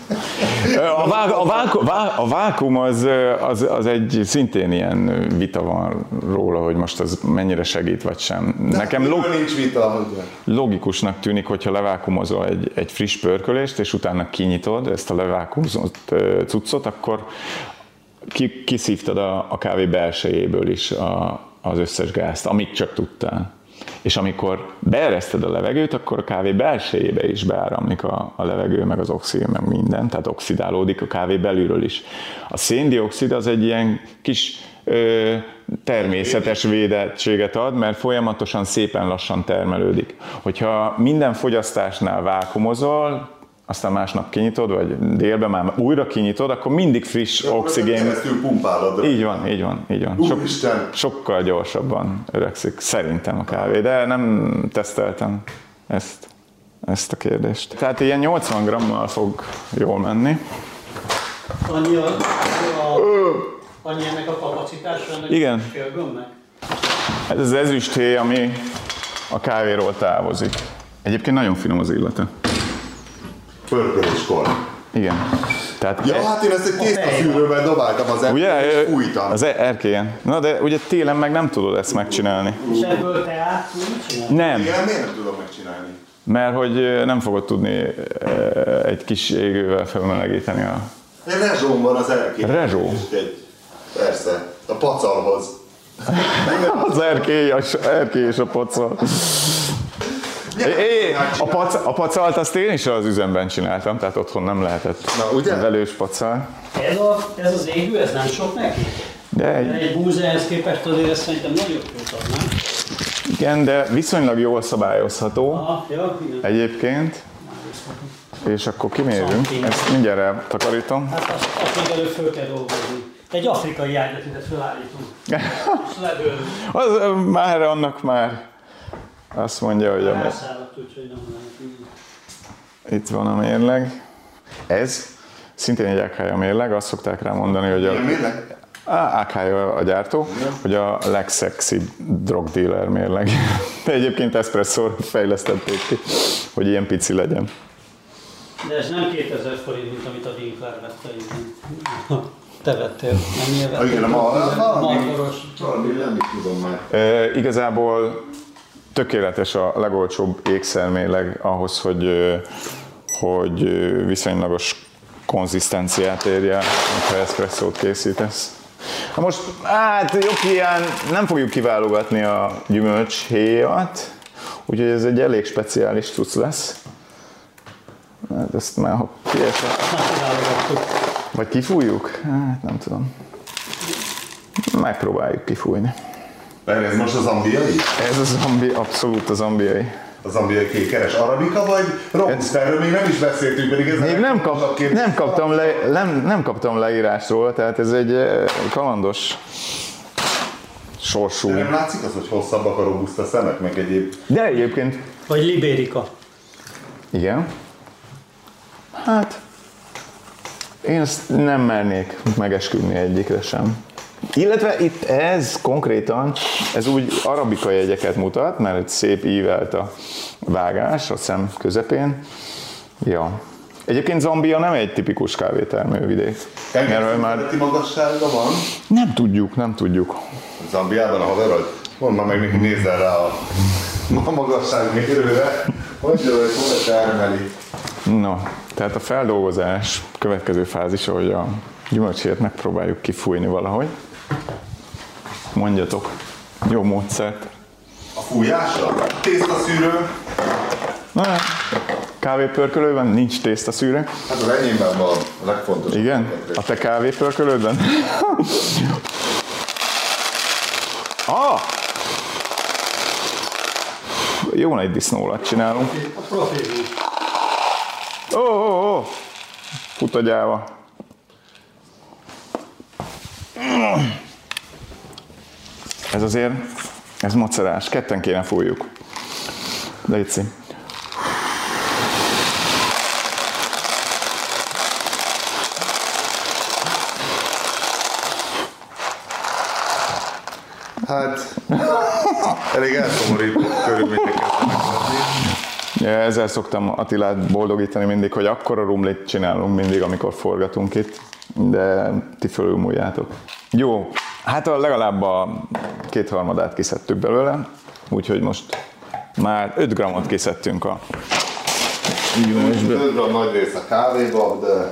A, vá, a, váku, vá, a vákum az, az, az egy szintén ilyen vita van róla, hogy most az mennyire segít vagy sem. De nekem log, nincs vita. logikusnak tűnik, hogyha levákumozol egy, egy friss pörkölést, és utána kinyitod ezt a levákumozott cuccot, akkor ki, kiszívtad a, a kávé belsejéből is a, az összes gázt, amit csak tudtál. És amikor beereszted a levegőt, akkor a kávé belsejébe is beáramlik a, a levegő, meg az oxigén, meg minden, tehát oxidálódik a kávé belülről is. A széndioxid az egy ilyen kis ö, természetes védettséget ad, mert folyamatosan szépen lassan termelődik. Hogyha minden fogyasztásnál vákumozol, aztán másnap kinyitod, vagy délben már újra kinyitod, akkor mindig friss ja, oxigén... Keresztül pumpálod. Így van, így van, így van. Sok, sokkal gyorsabban öregszik, szerintem a kávé, de nem teszteltem ezt, ezt a kérdést. Tehát ilyen nyolcvan grammal fog jól menni. Annyi, a, a, annyi ennek a kapacitása, ennek igen. Fél gömbnek? Ez az ezüsthéj, ami a kávéról távozik. Egyébként nagyon finom az illata. Pörköléskor. Igen. Tehát ja, e... hát én ezt egy tésztaszűrővel dobáltam az erkélyen, és fújtam. Az erkélyen. Na, de ugye télen meg nem tudod ezt megcsinálni. És ebből te át tudod csinálni? Nem. Igen, miért nem tudom megcsinálni? Mert hogy nem fogod tudni egy kis égővel felmelegíteni a... Egy rezsóm van az erkélyen. Rezsó? Persze, a pacalhoz. Az erkély, az erkély és a pacal. É, a, pac, a pacalt azt én is az üzemben csináltam, tehát otthon nem lehetett. Na, ugye? Velős pacal. Ez, a, ez az égő, ez nem sok neki? De egy, de egy búzához képest azért ezt szerintem nagyobb jót ad, nem? Igen, de viszonylag jól szabályozható. Aha, ja, egyébként. És akkor kimérjünk. Ezt mindjárt eltakarítom. Hát azt, azt még előbb föl kell dolgozni. Egy afrikai ágyat ide felállítunk. És ledőlünk. Az, már annak már azt mondja, hogy a itt van a mérleg. Ez szintén egy á ká á mérleg, azt szokták rá mondani, hogy a á ká á a gyártó, hogy a legszexibb drug dealer mérleg. De egyébként eszpresszóra fejlesztették ki, hogy ilyen pici legyen. De ez nem kétezer forint, mint amit a Winkler vette innen. Te vettél, mennyire vettél? Igen, valami, valami nem tudom már. E, igazából tökéletes a legolcsóbb ékszermérleg ahhoz, hogy, hogy viszonylagos konzisztenciát érje, ha eszpresszót készítesz. Na most, hát joghiány nem fogjuk kiválogatni a gyümölcshéjat, úgyhogy ez egy elég speciális cucc lesz. Hát ezt már ha kiesett. Vagy kifújjuk? Hát nem tudom. Megpróbáljuk kifújni. Ez most az zambiai? Ez a zambi, abszolút a zambiai. A zambiai kékeres arabika, vagy robusta? Erről még nem is beszéltünk, pedig ez még nem, kap, nem, kaptam le, nem, nem kaptam leírásról, tehát ez egy kalandos sorsú. De nem látszik az, hogy hosszabbak a robusta szemek, meg egyéb? De egyébként. Vagy libérika. Igen. Hát, én ezt nem mernék megesküdni egyikre sem. Illetve itt ez konkrétan, ez úgy arabika jegyeket mutat, mert egy szép ívelt a vágás a szem közepén. Ja. Egyébként Zambia nem egy tipikus kávétermővidék. Erről már magassága van? Nem tudjuk, nem tudjuk. Zambiában a haverod? Mondd már meg neki, nézzel rá a, a magasságmérőre, hogy jön, hogy hol termeli. No, tehát a feldolgozás következő fázisa, hogy a gyümölcsét megpróbáljuk kifújni valahogy. Mondjatok, jó módszert. A fújásra? Tésztaszűrő? Na, kávépörkölőben nincs tésztaszűrő. Hát az enyémben van a legfontosabb. Igen? A te kávépörkölődben? Ah! Jó nagy disznólat csinálunk. A profil. Ó, ó, ó! Fut a gyáva. Ez azért, ez macerás. Ketten kéne fújjuk. Léci. Hát, elég elszomorító körülményeket meghozni. Ezzel szoktam Attilát boldogítani mindig, hogy akkora rumlit csinálunk mindig, amikor forgatunk itt, de ti fölülmúljátok. Jó, hát a legalább a kétharmadát kiszedtük belőle, úgyhogy most már öt grammot kiszedtünk a gyümölcsből. öt gramm nagy rész a kávéba, de...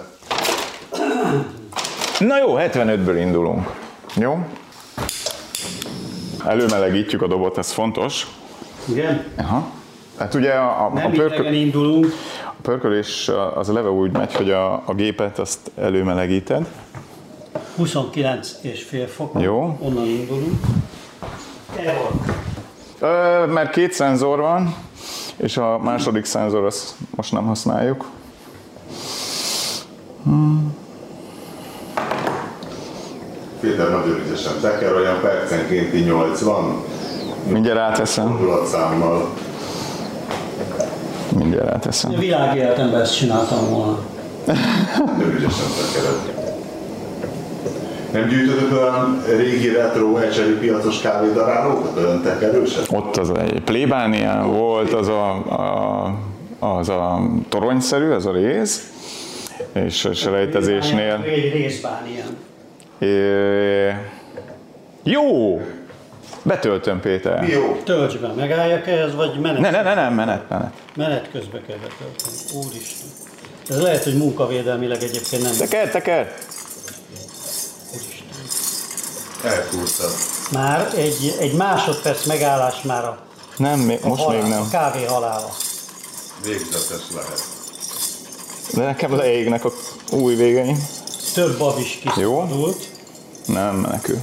Na jó, hetvenötből indulunk. Jó? Előmelegítjük a dobot, ez fontos. Igen? Aha. Hát ugye a, a, Nem a, pörkö... idegen indulunk. a pörkölés az eleve úgy megy, hogy a, a gépet azt előmelegíted. huszonkilenc és fél fokon. Jó. Onnan indulunk. Error. Ö, mert két szenzor van, és a második szenzor azt most nem használjuk. Hmm. Péter nagyon ügyesen teker, olyan percenkénti nyolcvan. Mindjárt áteszem. Fordulatszámmal. Mindjárt áteszem. A világéletemben ezt csináltam volna. Nagyon ügyesen tekered. Nem gyűjtötök olyan régi retro ecseri piacos kávédarálókat, olyan tekerőset? Ott az egy plébánián volt az a, a, az a toronyszerű, az a rész, és a selejtezésnél... Egy részbánien. É... Jó! Betöltöm, Péter. Mi jó? Tölts be, megálljak ehhez, vagy menet? Ne, ne, ne, nem, menet, menet. Menet közben kell betölteni. Úristen. Ez lehet, hogy munkavédelmileg egyébként nem. Teker, teker! Úristen. Elkúrtad. Már egy, egy másodperc megállás már a, Nem, még, a most halál, még nem. a kávé halála. Végzetes lehet. De nekem leégnek a új végeim. Több bab is kiszabadult. Nem menekül.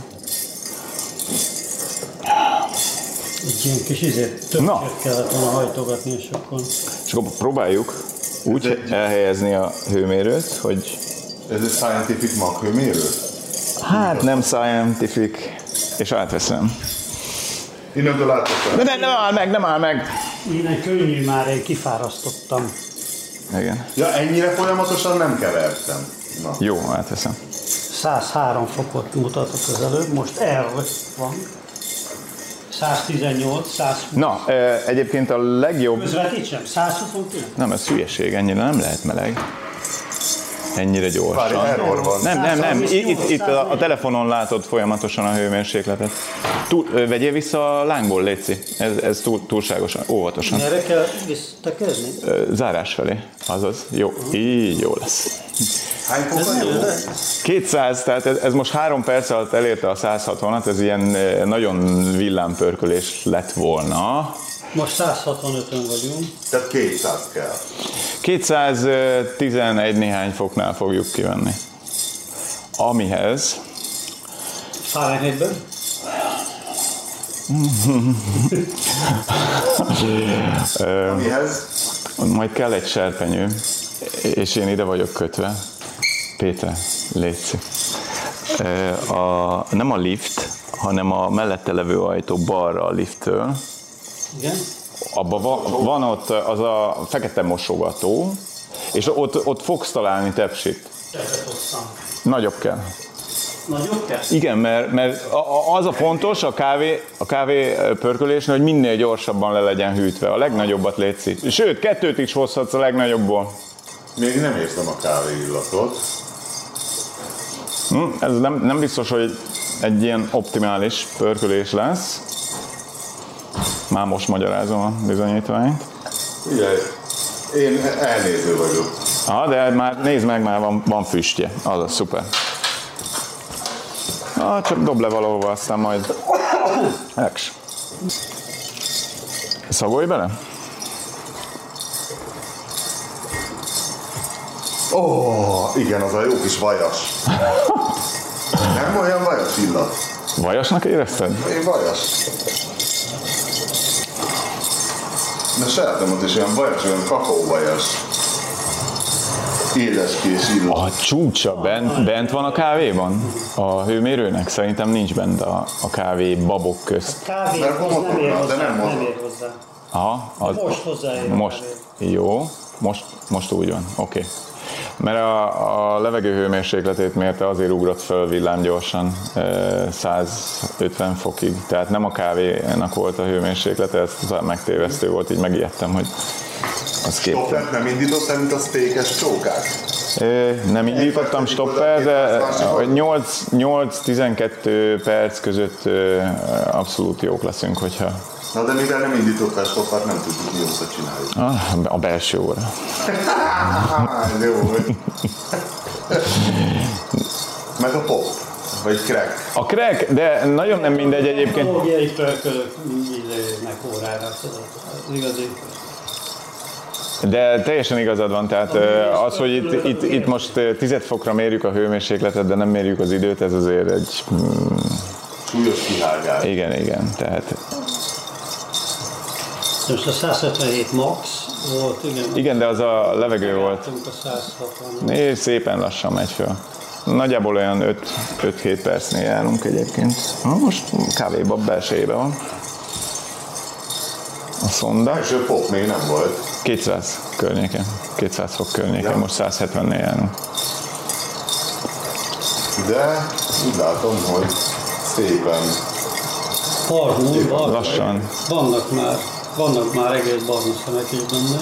Egy ilyen kis izért több Na. kellett volna hajtogatni, és akkor... És akkor próbáljuk úgy elhelyezni a hőmérőt, hogy Ez egy scientific maghőmérő? hát nem scientific, és átveszem. Innentől láthatom. De ne, nem áll meg, nem áll meg! Innen könnyű már, én kifárasztottam. Igen. Ja, ennyire folyamatosan nem kevertem. Na. Jó, átveszem. száz három fokot mutatott az előbb, most erről van. száz tizennyolc, száz húsz. Na, e, egyébként a legjobb... Közvetítsem, száz huszonkilenc. Nem, ez hülyeség, ennyire nem lehet meleg. Ennyire Várj, gyorsan. error van. Nem, nem, nem, itt, itt a, a telefonon látod folyamatosan a hőmérsékletet. Túl, ö, vegyél vissza a lángból, léci. Ez, ez túl, túlságosan, óvatosan. Erre kell visszatekezni? Ö, Zárás felé, azaz. Jó, így jó lesz. Hány Ez foka jó? nem, de kétszáz, tehát ez, ez most három perc alatt elérte a száz hatvanat, ez ilyen ö, nagyon villámpörkölés lett volna. most száz hatvanötön vagyunk. Tehát kétszáz kell. kétszáztizenegy néhány foknál fogjuk kivenni. Amihez Fahrenheitben. Amihez? majd kell egy serpenyő, és én ide vagyok kötve. Péter, létszik. A, nem a lift, hanem a mellette levő ajtó balra a lifttől. Igen. Abban van, van ott az a fekete mosogató, És ott, ott fogsz találni tepsit. Ebbe hoztam. Nagyobb kell. Nagyobb kell? Igen, mert, mert az a fontos a kávé, a kávé pörkölésnél, hogy minél gyorsabban le legyen hűtve. A legnagyobbat létszik. Sőt, kettőt is hozhatsz a legnagyobbból. Még nem érzem a kávé illatot. Hm, ez nem, nem biztos, hogy egy ilyen optimális pörkölés lesz. Már most magyarázom a bizonyítványt. Figyelj, én elnéző vagyok. Aha, de már nézd meg, már van, van füstje. Az a szuper. Ah, csak dob le valahova, aztán majd... Eks. Szagolj bele? Ó, oh, igen, az a jó kis vajas. Nem olyan vajas illat. Vajasnak érezted? Én vajas. De sajátomot is olyan vajas, olyan kakaóvajas. Édeskés illat. A csúcsa bent, bent van a kávéban? A hőmérőnek? Szerintem nincs bent a, a kávé babok közt. Kávé, Mert az nem ér homokon, hozzá. de nem Nem mozog. ér hozzá. Aha, az, Most hozzáér a most, jó, most, most úgy van, oké. Okay. Mert a, a levegő hőmérsékletét mérte, azért ugrott föl villámgyorsan százötven fokig. Tehát nem a kávénak volt a hőmérséklete, ez megtévesztő volt, így megijedtem, hogy az képtelen. Stoppert nem indítottál, mint a sztékes csókák? Nem indítottam stopper, de nyolc-tizenkettő perc között abszolút jók leszünk, hogyha... Na de mivel nem indítottál stoppert, nem tudjuk mióta csináljuk. A belső óra. Jó. Meg a pop, vagy crack. A crack, de nagyon nem mindegy egyébként. Technológiai pörkölök meg órára, tudod, az igazi. De teljesen igazad van, tehát az, hogy itt, itt, itt most tíz fokra mérjük a hőmérsékletet, de nem mérjük az időt, ez azért egy... Mm, súlyos kihágás. Igen, igen, tehát... Most a száz hetvenhét max volt, igen. Igen, de az a levegő volt. A száz hatvan. És szépen lassan megy föl. Nagyjából olyan öt-hét percnél járunk egyébként. Na most kávéba belsejében van. A szonda. És a pop még nem volt. kétszáz környéken. kétszáz fok környéken, Ja. most száz hetvennél járunk. De úgy látom, hogy szépen. Harmon, barna. Lassan. Vannak már, vannak már egész barna szemek is benne.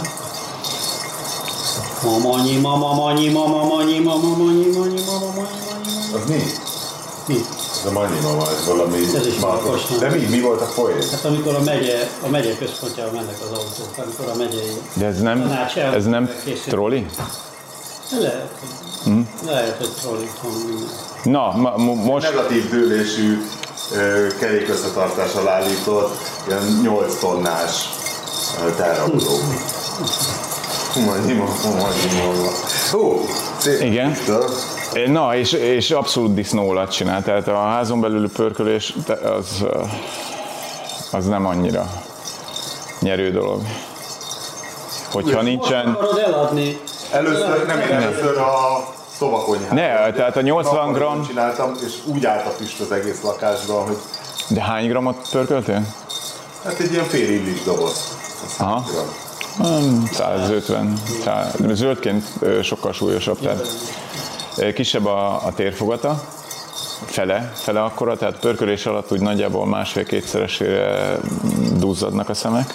Mamanyi, mama, manyi, mama, manyi, mama, manyi, manyi, mama, manyi, manyi. Az mi? Mi? Ez a Manyi Mama, ez valami... Ez is már- Markos, nem? De mi? Mi volt a poén? Hát amikor a megye, a megye központjába mennek az autók, amikor a megyei De ez nem, tanács el- ez nem készít. troli? Lehet, hmm? lehet, hogy trollit van minden. Na, ma, mo- most... Negatív dőlésű ö, kerékösszetartással állított, ilyen nyolc tonnás ö, terrautó. Manyi Mama, Manyi Mama. Hú, szép. Igen. Tisztel. Na, és, és abszolút disznólat csinál, tehát a házon belüli pörkölés az, az nem annyira nyerő dolog. Hogyha nincsen... Most akarod eladni? Először, nem, én először a szobakonyhában. Ne, tehát a nyolcvan Nappaliban gramm... csináltam, és úgy állt a füst az egész lakásban, hogy De hány grammot pörköltél? hát egy ilyen fél illis doboz. Aha. százötven. Zöldként ö, sokkal súlyosabb, tehát ö, kisebb a, a térfogata, fele, fele akkora, tehát pörkölés alatt úgy nagyjából másfél-kétszeresére duzzadnak a szemek.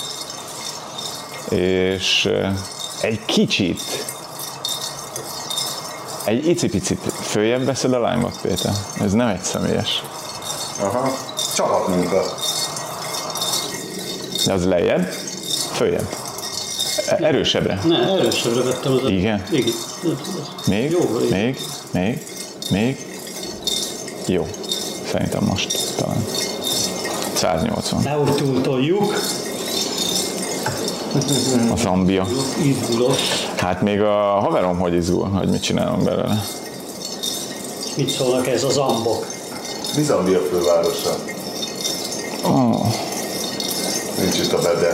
És ö, egy kicsit, egy icipicit följebb veszed a lángot, Péter. Ez nem egy személyes. Aha. Csapatmunka. De az lejjebb, följebb. Erősebbre. Ne, erősebbre vettem az a... Igen? Igen. Még, Jó, igen. még, még, még. Jó. Szerintem most talán. száznyolcvan. Ne úgy túltoljuk. A Zambia. Izgulok. Hát még a haverom hogy izgul, hogy mit csinálunk belőle. Mit szólnak ez az ambok? Mi Zambia fővárosa? Oh. Nincs itt a Bede.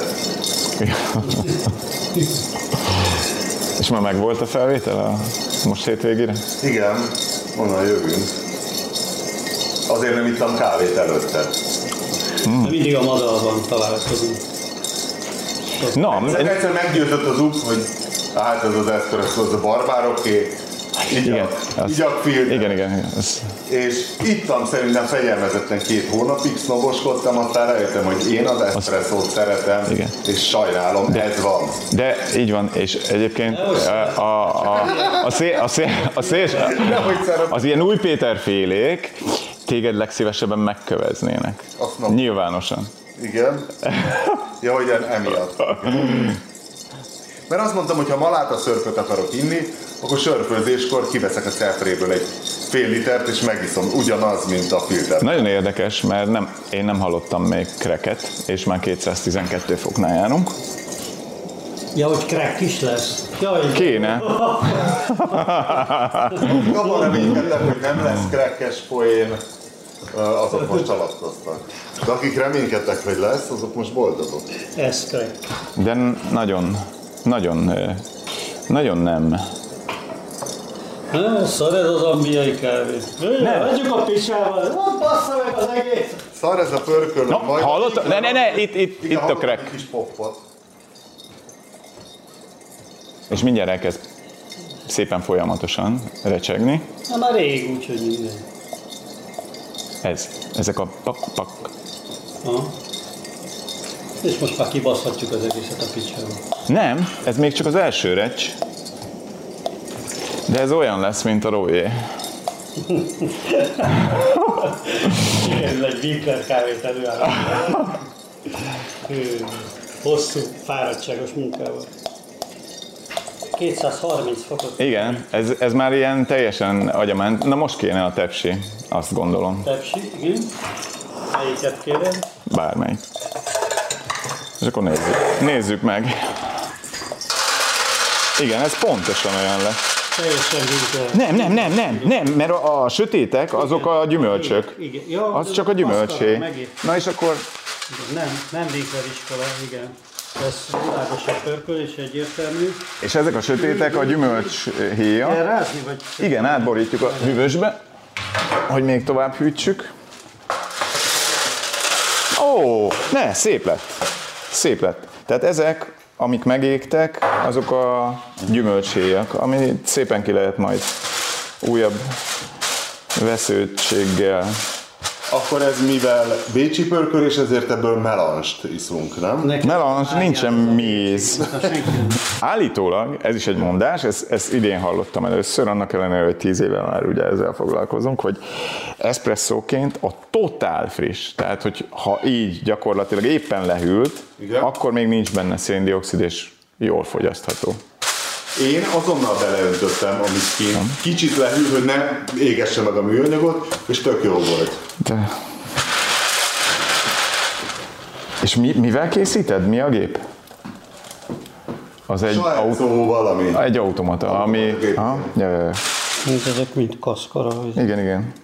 És már megvolt a felvétel a most hétvégére? Igen, onnan jövünk. Azért nem ittam kávét előtte. Hmm. Mindig a Madalban találkozunk. Na, Egyszer, egyszer meggyőzött az ú pé, hogy Hát ez az espresso, az a barbároké. Igen, az, Igyakfilter. igen, igen. Az. És ittam szerintem fegyelmezetten két hónapig, sznoboskodtam, aztán rájöttem, hogy én az eszpresszót szeretem, igen. És sajnálom, de, ez van. De így van, és egyébként a, a, a, a, szél, a, szél, a szél, az ilyen új Péter félék téged legszívesebben megköveznének. Nyilvánosan. Igen. Ja, hogy emiatt. Mert azt mondtam, hogy ha maláta szörpöt akarok inni, akkor sörfőzéskor kiveszek a szelfréből egy fél litert, és megiszom. Ugyanaz, mint a filter. Nagyon érdekes, mert nem, én nem hallottam még cracket, és már kétszáztizenkettő foknál járunk. Ja, hogy crack is lesz. Jaj, Kéne. Abban reménykedtem, hogy nem lesz crackes poén, azok most csalatkoztak. De akik reménykedtek, hogy lesz, azok most boldogok. Ez crack. De nagyon, nagyon, nagyon nem. Ha, szar ez az ambiai kávé. Nem. Adjuk a picsával, ott bassza meg az egész. Szar ez a pörköl. No, hallott? Ne, ne, ne, itt, itt, itt a crack. Kis poppot. És mindjárt elkezd szépen folyamatosan recsegni. Na már rég, úgyhogy minden. Ez, ezek a pak, pak. Ha. És most már kibaszhatjuk az egészet a picsával. Nem, ez még csak az első recs. De ez olyan lesz, mint a Rójé. Sikerül egy Winkler kávét előállítani. Hosszú, fáradtságos munkával. kétszázharminc fokot. Igen, ez, ez már ilyen teljesen agyament. Na most kéne a tepsi, azt gondolom. Tepsi, igen. Melyiket kérem? Bármelyik. És akkor nézzük, nézzük meg. Igen, ez pontosan olyan lesz. Teljesen Winkler. Nem, nem, nem, nem, nem, mert a, a sötétek azok a gyümölcsök. Igen, igen. Ja, az csak a gyümölcsé. Na és akkor... Nem, nem Winkler iskola, igen. Ez világosabb pörkölés, egyértelmű. És ezek a sötétek a gyümölcs héja. Kell rázni, vagy? Igen, átborítjuk a hűvösbe, hogy még tovább hűtsük. Ó, ne, szép lett. Szép lett. Tehát ezek, amik megégtek, azok a gyümölcshéjak, amit szépen ki lehet majd újabb vesződtséggel. Akkor ez mivel bécsi pörkölés, ezért ebből melanst iszunk, nem? Melans, nincsen méz. Állítólag, ez is egy mondás, ezt, ezt idén hallottam először, annak ellenére, hogy tíz éve már ugye ezzel foglalkozunk, hogy eszpresszóként a totál friss, tehát hogy ha így gyakorlatilag éppen lehűlt, igen, akkor még nincs benne széndioxid és jól fogyasztható. Én azonnal beleöntöttem, amit ki, kicsit lehűl, hogy ne égesse meg a műanyagot, és tök jó volt. De... És mi, mivel készíted? Mi a gép? Az egy, autó valami. Egy automata, ami... Ha? Ja, ja, ja. Mint ezek, mint kaszkara. Igen, igen.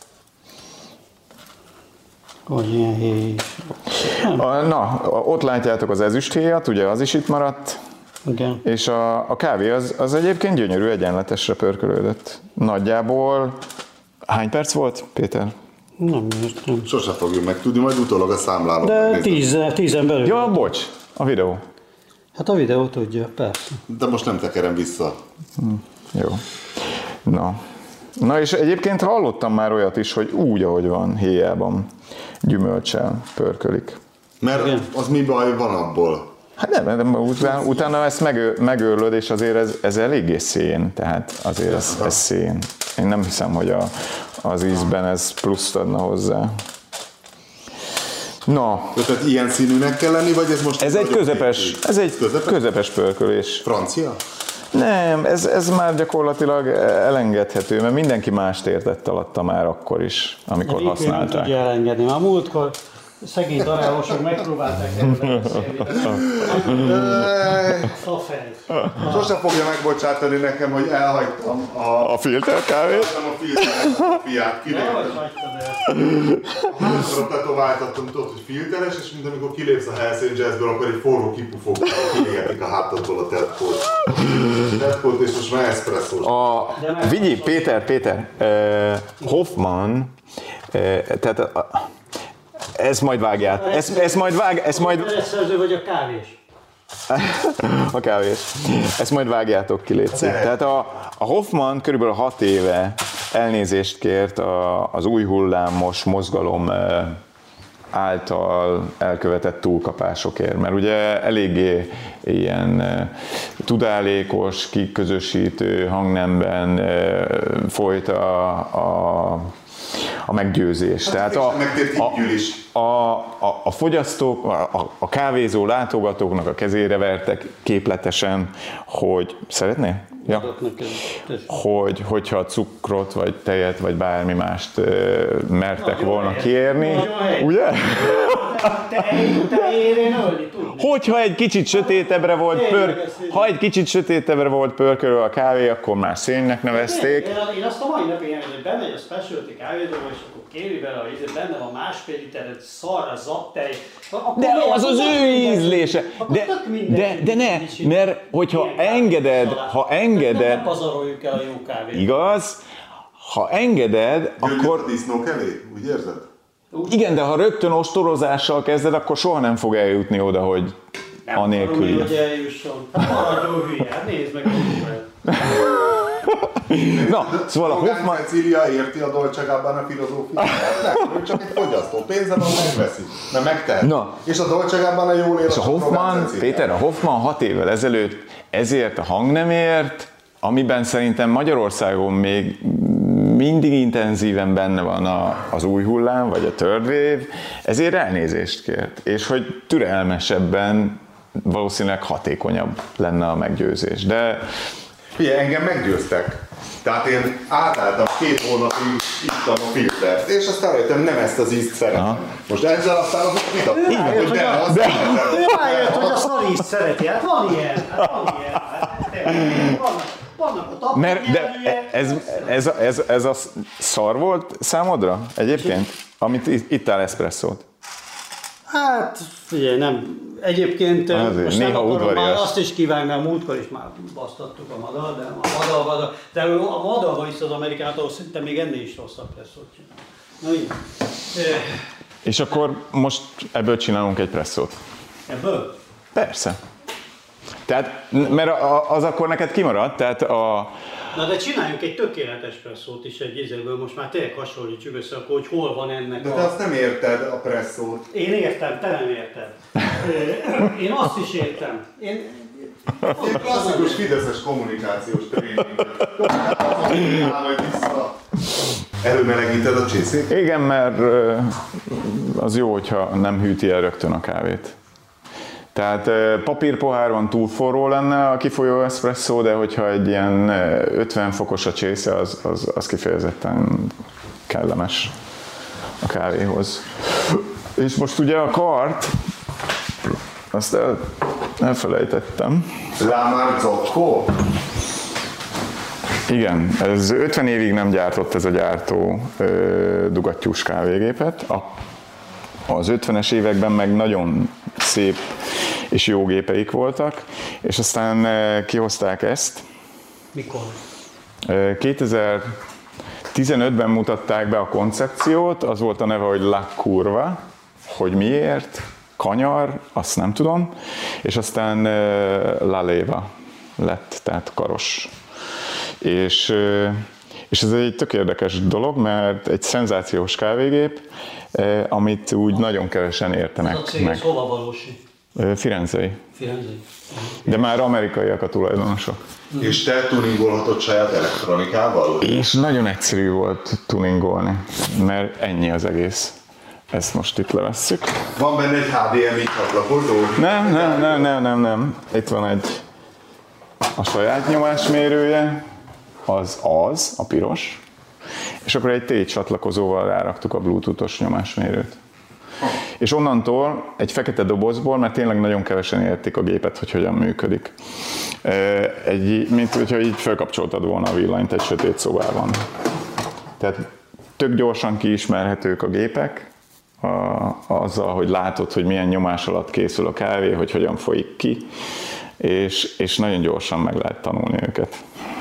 Hogy ilyen héj. Na, ott látjátok az ezüsthéjat, ugye az is itt maradt. Igen. És a, a kávé az, az egyébként gyönyörű, egyenletesre pörkölődött. Nagyjából hány perc volt, Péter? Nem értem. Sose fogjuk megtudni, majd utólag a számlálom. De tíz, tízen belül. Ja, bocs, a videó. Hát a videó tudja, persze. De most nem tekerem vissza. Hm, jó. Na. Na és egyébként hallottam már olyat is, hogy úgy, ahogy van, héjában gyümölccsel pörkölik. Mert igen, az mi baj van abból? Hát nem, nem utána, utána ezt megő, megőrlöd, és azért ez, ez eléggé szén, tehát azért ez, ez szén. Én nem hiszem, hogy a, az ízben ez pluszt adna hozzá. Na. Tehát ilyen színűnek kell lenni, vagy ez most... Ez egy közepes, ez egy közepes? közepes pörkölés. Francia? Nem, ez, ez már gyakorlatilag elengedhető, mert mindenki mást értett alatta már akkor is, amikor de használták. Nem tudja elengedni. Már múltkor szegény darálosok megpróbálták erről beszélni. Sose fogja megbocsátani nekem, hogy elhagytam a... A filterkávét? a filterkávét, kiléptem. Háromszor tetováltattam, tudod, hogy filteres, és mint amikor kilépsz a Hells Angelsből, akkor egy forró kipufog, kiégetik a hátadból a tedpót. Tedpót, és most már eszpresszós. A... Vigyél, Péter, Péter, uh, Hoffman, uh, tehát a, ez majd vágját. Ez, ez majd vág, ez majd... A szerző vagy a kávés? A kávés. Ezt majd vágjátok ki, létszik. Tehát a, a Hoffman körülbelül hat éve elnézést kért a, az új hullámos mozgalom által elkövetett túlkapásokért, mert ugye eléggé ilyen tudálékos, kiközösítő hangnemben folyt a, a a meggyőzés. Hát tehát a, a, a, a, a fogyasztók, a, a kávézó látogatóknak a kezére vertek képletesen, hogy szeretnél? Ja. Hogy, hogyha cukrot, vagy tejet, vagy bármi mást mertek volna kérni. Ugye? Hogyha egy kicsit sötétebbre volt pör, ha egy kicsit sötétebbre volt pörkölő a kávé, akkor már szénnek nevezték. Én azt a mai napig hogy bemegy a specialty kávézóba, és akkor kéri vele, hogy benne van másfél liter szarra zaptej. De az az ő ízlése. De, de, de ne, mert hogyha engeded, ha engeded, nem pazaroljuk el a jó kávét. Igaz, ha engeded, akkor... A disznó kevés, úgy érzed? Igen, de ha rögtön ostorozással kezded, akkor soha nem fog eljutni oda, hogy nem anélküli. Nem hogy eljusson. Hát maradjon hülye, hát nézd meg a Na, szóval a Hoffman... Cecilia érti a Dolce Gabbana filozófiát? Nem, csak egy fogyasztó. Pénze van, megveszi. Mert megtehet. Na. És a Dolce Gabbana jól él. És a Hoffman, Péter, a Hoffman hat évvel ezelőtt ezért a hangnemért, amiben szerintem Magyarországon még mindig intenzíven benne van a, az új hullám, vagy a third wave, ezért elnézést kért. És hogy türelmesebben valószínűleg hatékonyabb lenne a meggyőzés. De... Figyelj, engem meggyőztek. Tehát én átálltam két hónapig, ittam a filtert, és aztán rájöttem, nem ezt az ízt szeretem. Aha. Most ezzel aztán azok vitatkoznak, hogy de azt de, de, ő rájött, hogy a szar ízt szereti. Hát van ilyen, hát van ilyen. Hát, vannak, vannak a tapon mert, de ez, ez, ez, ez a szar volt számodra egyébként, amit ittál eszpresszót? Hát, figyelj, nem. Egyébként azért, most nem akarom már azt is kívánni, mert múltkor is már basztattuk a madal, de a madalba, de a madalba is az Amerikától szinte még ennél is rosszabb presszót csinál. Na így. És akkor most ebből csinálunk egy presszót. Ebből? Persze. Tehát, mert az akkor neked kimaradt, tehát a... Na de csináljunk egy tökéletes presszót is egy ízéből, most már tényleg hasonlítsuk össze, akkor, hogy hol van ennek de a... De azt nem érted, a presszót. Én értem, te nem érted. Én azt is értem. Én... Én klasszikus fideszes kommunikációs tréning. Előmelegíted a csészét? Igen, mert az jó, hogyha nem hűti el rögtön a kávét. Tehát papírpohárban túl forró lenne a kifolyó eszpresszó, de hogyha egy ilyen ötven fokos a csésze, az, az, az kifejezetten kellemes a kávéhoz. És most ugye a kart, azt el, elfelejtettem. La Marzocco? Igen, ez ötven évig nem gyártott ez a gyártó ö, dugattyús kávégépet. A, az ötvenes években meg nagyon szép és jó gépeik voltak, és aztán kihozták ezt. Mikor? kétezer-tizenötben mutatták be a koncepciót, az volt a neve, hogy La Curva, hogy miért, kanyar, azt nem tudom, és aztán La Leva lett, tehát karos. És, és ez egy tök érdekes dolog, mert egy szenzációs kávégép, amit úgy nagyon kevesen értenek meg. Az a cég, meg. hova valósi? Firenzei. Firenzei. De már amerikaiak a tulajdonosok. Mm. És te tuningolhatod saját elektronikával? És nagyon egyszerű volt tuningolni, mert ennyi az egész. Ezt most itt levesszük. Van benne egy há dé em i csatlakozó? Nem, nem, nem, nem, nem, nem. Itt van egy a saját nyomásmérője, az az, a piros, és akkor egy T csatlakozóval ráraktuk a bluetoothos nyomásmérőt. És onnantól egy fekete dobozból, mert tényleg nagyon kevesen értik a gépet, hogy hogyan működik. Egy, mint hogyha így felkapcsoltad volna a villanyt egy sötét szobában. Tehát tök gyorsan kiismerhetők a gépek, a, azzal, hogy látod, hogy milyen nyomás alatt készül a kávé, hogy hogyan folyik ki, és, és nagyon gyorsan meg lehet tanulni őket.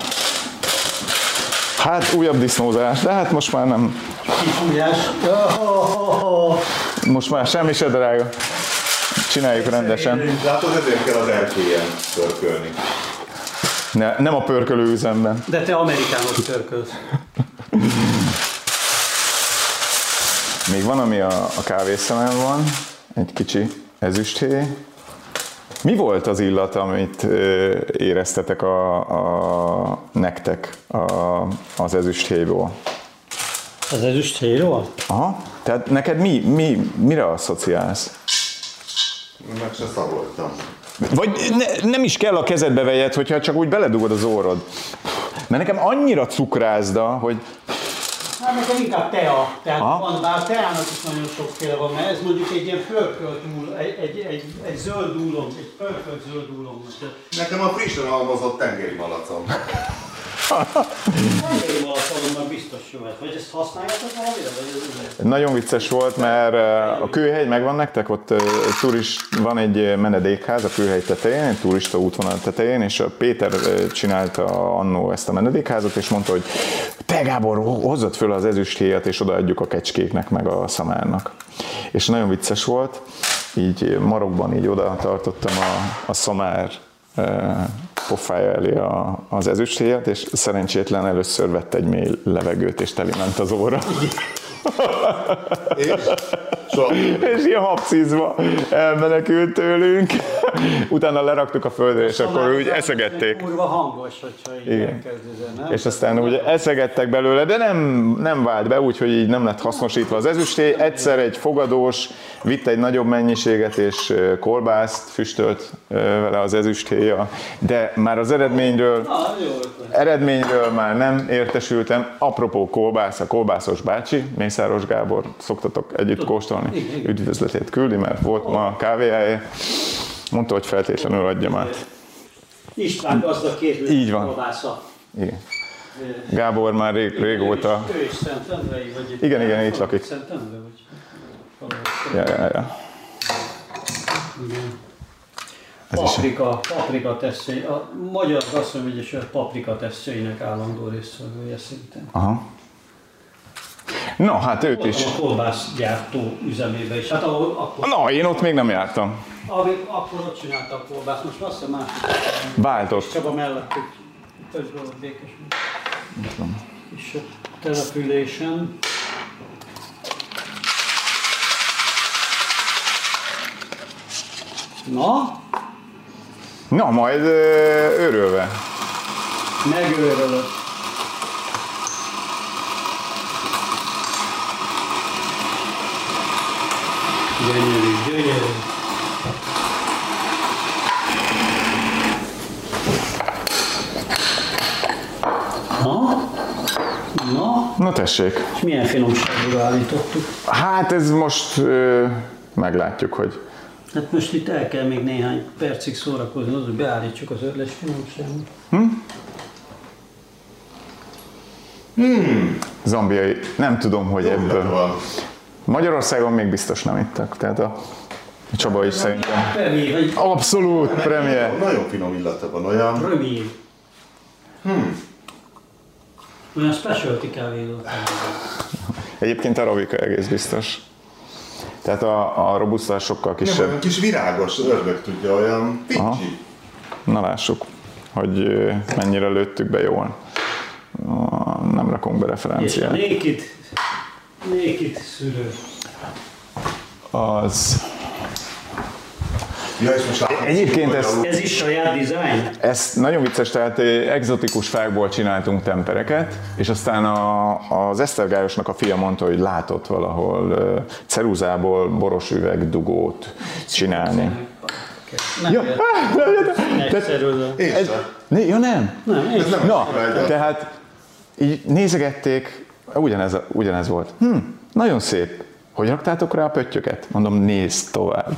Hát újabb disznózás, de hát most már nem... Kifújás. Oh, oh, oh. Most már semmi se drága. csináljuk rendesen. Látod, ezért kell az erkélyen pörkölni. Ne, nem a pörkölő üzemben. De te amerikános pörkölsz. Még van, ami a, a kávészemen van, egy kicsi ezüsthéj. Mi volt az illat, amit ö, éreztetek a, a, nektek a, az ezüsthéjból? Az ezüsthéjról? Aha. Tehát neked mi, mi, mire asszociálsz? Meg se szagoltam. Vagy ne, nem is kell a kezedbe vegyed, hogyha csak úgy beledugod az orrod. Mert nekem annyira cukrázda, hogy... Hát nekem inkább tea. Tehát Aha. van, bár teának is nagyon sokféle van, mert ez mondjuk egy ilyen pörkölt úl, egy, egy, egy, egy zöld úlom, egy pörkölt zöld úlom. Nekem a frissen almozott tengeri malacom. Tengeri malacomnak biztos jó, vagy ezt használjátok valamire? Vagy Nagyon vicces volt, mert a Kőhegy megvan nektek, ott turist, van egy menedékház a Kőhegy tetején, egy turista útvonal tetején, és a Péter csinálta annó ezt a menedékházat, és mondta, hogy te Gábor, hozzad föl az ezüsthéjat, és odaadjuk a kecskéknek, meg a szamárnak. És nagyon vicces volt, így marokban így oda tartottam a, a szamár pofája elé a, az ezüsthéjat, és szerencsétlen először vett egy mély levegőt, és teliment az óra. És? Soha. És ilyen hapcizva elmenekült tőlünk. Utána leraktuk a földre, és akkor úgy eszegették. Kurva hangos, hogyha így elkezdőzöl, nem? És aztán ugye eszegettek belőle, de nem, nem vált be, úgyhogy így nem lett hasznosítva az ezüstély. Egyszer egy fogadós vitt egy nagyobb mennyiséget, és kolbászt füstölt vele az ezüsthéja. De már az eredményről, Na, jó, eredményről már nem értesültem. Apropó kolbász, a kolbászos bácsi, Mészáros Gábor, szoktatok együtt kóstolni. Igen, igen. Üdvözletét küldi, mert volt ma a kávéjája. Mondta, hogy feltétlenül adjam át. István gazdag két Így van. kolbásza. Igen. Gábor már rég, régóta... Ő is Szentendrei, vagy itt? Igen, igen, itt lakik. Szentendre, vagy? Ja, ja, ja. Igen. Ez is- Paprika, paprika tesztjei, a Magyar Gasztronómegyesület paprika tesztjeinek állandó résztvevője szintén. Aha. Na, hát őt is. Voltam a kolbászgyártó üzemébe is. Hát ahol akkor, Na, én ott még nem jártam. ahol, akkor ott csinálta a kolbászt, most azt hiszem másik. Váltott. Csaba mellettük, közben ott békés. És a településen. Na, Na, majd ö, örülve. megőrölök. Gyönyörű, gyönyörű. Na, na, Na tessék. és milyen finomságúra állítottuk. Hát ez most ö, meglátjuk, hogy... Hát most itt el kell még néhány percig szórakozni, az, hogy beállítsuk az örlés finomságot. Zambiai, nem tudom, hogy ebből... Van. Magyarországon még biztos nem ittak, tehát a Csaba is szerintem. Premier, vagy Abszolút premier. Nagyon finom illata van, olyan... Premier. Hmm. Olyan specialty kávézó. Egyébként arabika egész biztos. Tehát a, a robusta sokkal Nem, kisebb. olyan kis virágos, ördög tudja, olyan Aha. pici. Na lássuk, hogy ö, mennyire lőttük be jól. Nem rakunk be És a referenciát. naked, naked szűrő. Az... Ja, és most látom, Egyébként hogy ez- a- Ez is saját dizájn? Ez nagyon vicces, tehát eh, egzotikus fákból csináltunk tempereket, és aztán a, az Esztergályosnak a fia mondta, hogy látott valahol eh, ceruzából boros üvegdugót csinálni. Nem Ja, jött. ah, nem, nem, nem. Egyszerűen. És Ez, né, ja nem? Nem, én Ez nem Na, egy- tehát így nézegették, ugyanez, ugyanez volt. Hm, nagyon szép. Hogy raktátok rá a pöttyöket? Mondom, nézd tovább.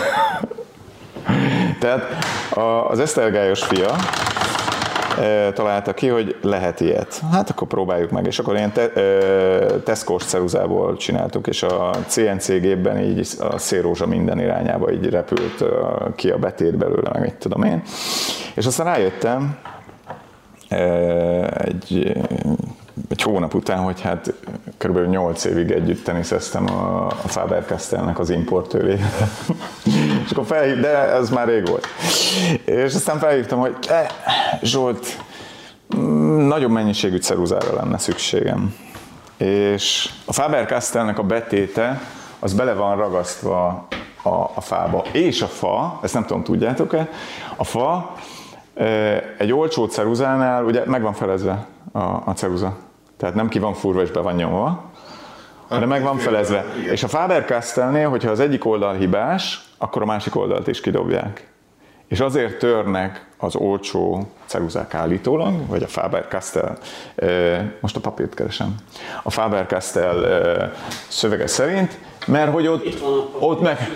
Tehát a- az Esztergályos fia e, találta ki, hogy lehet ilyet. Hát akkor próbáljuk meg. És akkor ilyen te, e, Tesco-s ceruzából csináltuk, és a cé en cé gépben így a szélrózsa minden irányába így repült e, ki a betét belőle, meg mit tudom én. És aztán rájöttem, e, egy egy hónap után, hogy hát kb. nyolc évig együtt teniszeztem a, a Faber-Castellnek az importőrével. És akkor felhív, de ez már rég volt. És aztán felhívtam, hogy eh, Zsolt, nagyobb mennyiségű ceruzára lenne szükségem. És a Faber-Castellnek a betéte, az bele van ragasztva a, a fába. És a fa, ezt nem tudom, tudjátok-e, a fa egy olcsó ceruzánál ugye meg van felezve a, a ceruza. Tehát nem ki van fúrva és be van nyomva, hanem meg van felezve. És a Faber-Castellnél, hogyha az egyik oldal hibás, akkor a másik oldalt is kidobják. És azért törnek az olcsó ceruzák állítólag, vagy a Faber-Castell, most a papírt keresem, a Faber-Castell szövege szerint, mert hogy ott, ott meg...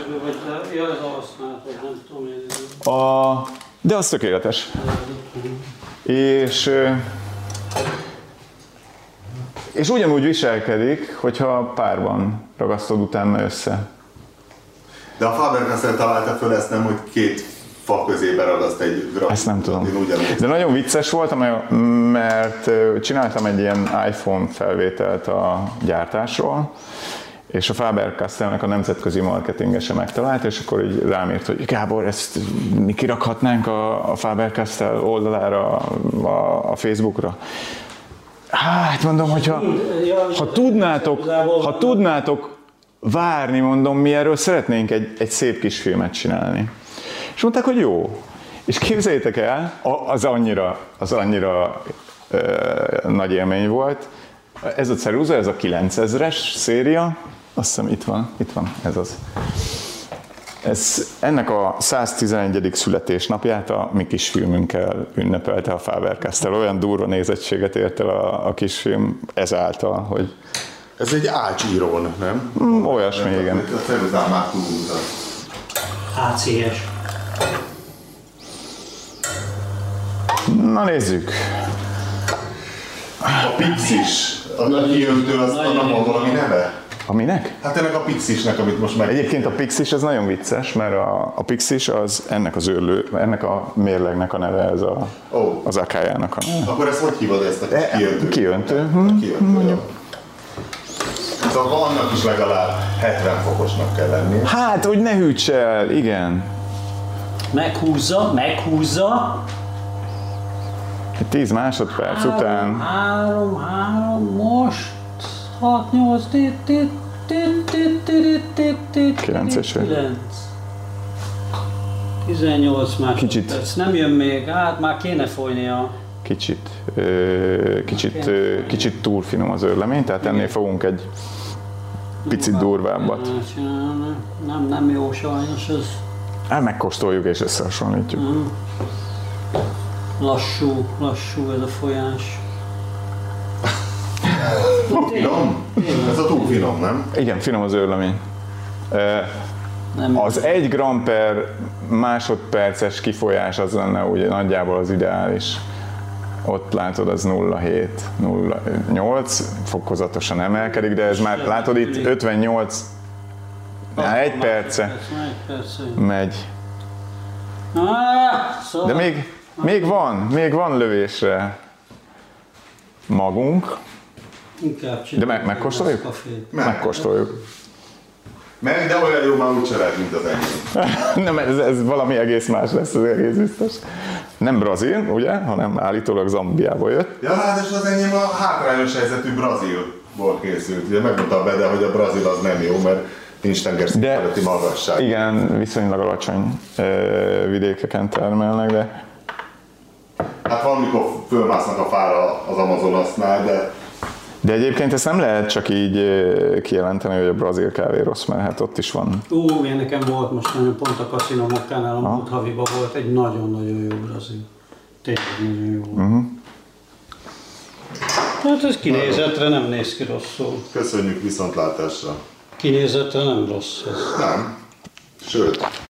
A, de az tökéletes. És, és ugyanúgy viselkedik, hogyha párban ragasztod utána össze. De a Faber-Castell találta föl ezt, nem, hogy két fa közébe ragaszt egy grafit. Ezt nem tudom. De nagyon vicces volt, mert csináltam egy ilyen iPhone felvételt a gyártásról, és a Faber-Castellnek a nemzetközi marketingese megtalált, és akkor így rám írt, hogy Gábor, ezt mi kirakhatnánk a, a Faber-Castell oldalára, a, a Facebookra. Hát mondom, hogyha ha tudnátok, ha tudnátok várni, mondom, mi erről szeretnénk egy, egy szép kis filmet csinálni. És mondták, hogy jó. És képzeljétek el, az annyira, az annyira ö, nagy élmény volt. Ez a ceruza, ez a kilencezres széria, azt hiszem itt van, itt van, ez az. Ez, ennek a száztizenegyedik születésnapját a mi kisfilmünkkel ünnepelte a Faber-Castell. Olyan durva nézettséget ért el a, a kisfilm ezáltal, hogy... Ez egy ácsírón, nem? Mm, olyasmi, igen. A ceruzán már túlhúzza. á cé es. Na nézzük. A Pixis, a kijöntő, az annak van valami neve? Aminek? Hát ennek a Pixisnek, amit most meg... Egyébként a Pixis az nagyon vicces, mert a, a Pixis az ennek az őrlő, ennek a mérlegnek a neve, ez a, oh. az akájának a neve. Akkor ezt hogy hívod, ezt a kis kijöntőt? Kijöntő. Hm. Kijöntő, jó. Szóval annak is legalább hetven fokosnak kell lenni. Hát, hogy ne hűts el, igen. Meghúzza, meghúzza. tíz másodperc három, után. Három, három, most. hat, nyolc, tit, tit, tit, tit, tit, tit, tit, kilences. tizennyolc Kicsit. másodperc. Nem jön még, hát már kéne folynia. Kicsit, ö, kicsit, ö, kicsit túl finom az őrlemény, tehát ennél fogunk egy picit durvábbat. Nem, nem jó sajnos ez. Hát megkóstoljuk és összehasonlítjuk. Mm. Lassú, lassú ez a folyás. Finom? Ez a túl finom, nem? Igen, finom az őrlemény. Nem az egy gram per másodperces kifolyás az lenne ugye nagyjából az ideális. Ott látod, az nulla hét, nulla nyolc, fokozatosan emelkedik, de ez már látod itt ötvennyolc, na, egy perce megy. De még, még van, még van lövésre magunk. De meg, megkóstoljuk? Megkóstoljuk. Meg, de olyan jó már úgyse lehet, mint az enyém. Nem, ez, ez valami egész más lesz, az egész biztos. Nem brazil, ugye, hanem állítólag Zambiából jött. Ja, hát és az enyém a hátrányos helyzetű brazilból készült. Ugye megmondta a Bede, hogy a brazil az nem jó, mert nincs tengerszint feletti magasság. Igen, viszonylag alacsony e, vidékeken termelnek, de... Hát valamikor fölmásznak a fára az Amazonasnál, de... De egyébként ezt nem lehet csak így kijelenteni, hogy a brazil kávé rossz, mert hát ott is van. Ú, én nekem volt most nagyon pont a Casino Moccánál, a múlt haviban volt egy nagyon-nagyon jó brazil. Tényleg nagyon jó. Uh-huh. Hát ez kinézetre nem néz ki rosszul. Köszönjük, viszontlátásra. Kinézetre nem rossz ez. Nem. Sőt.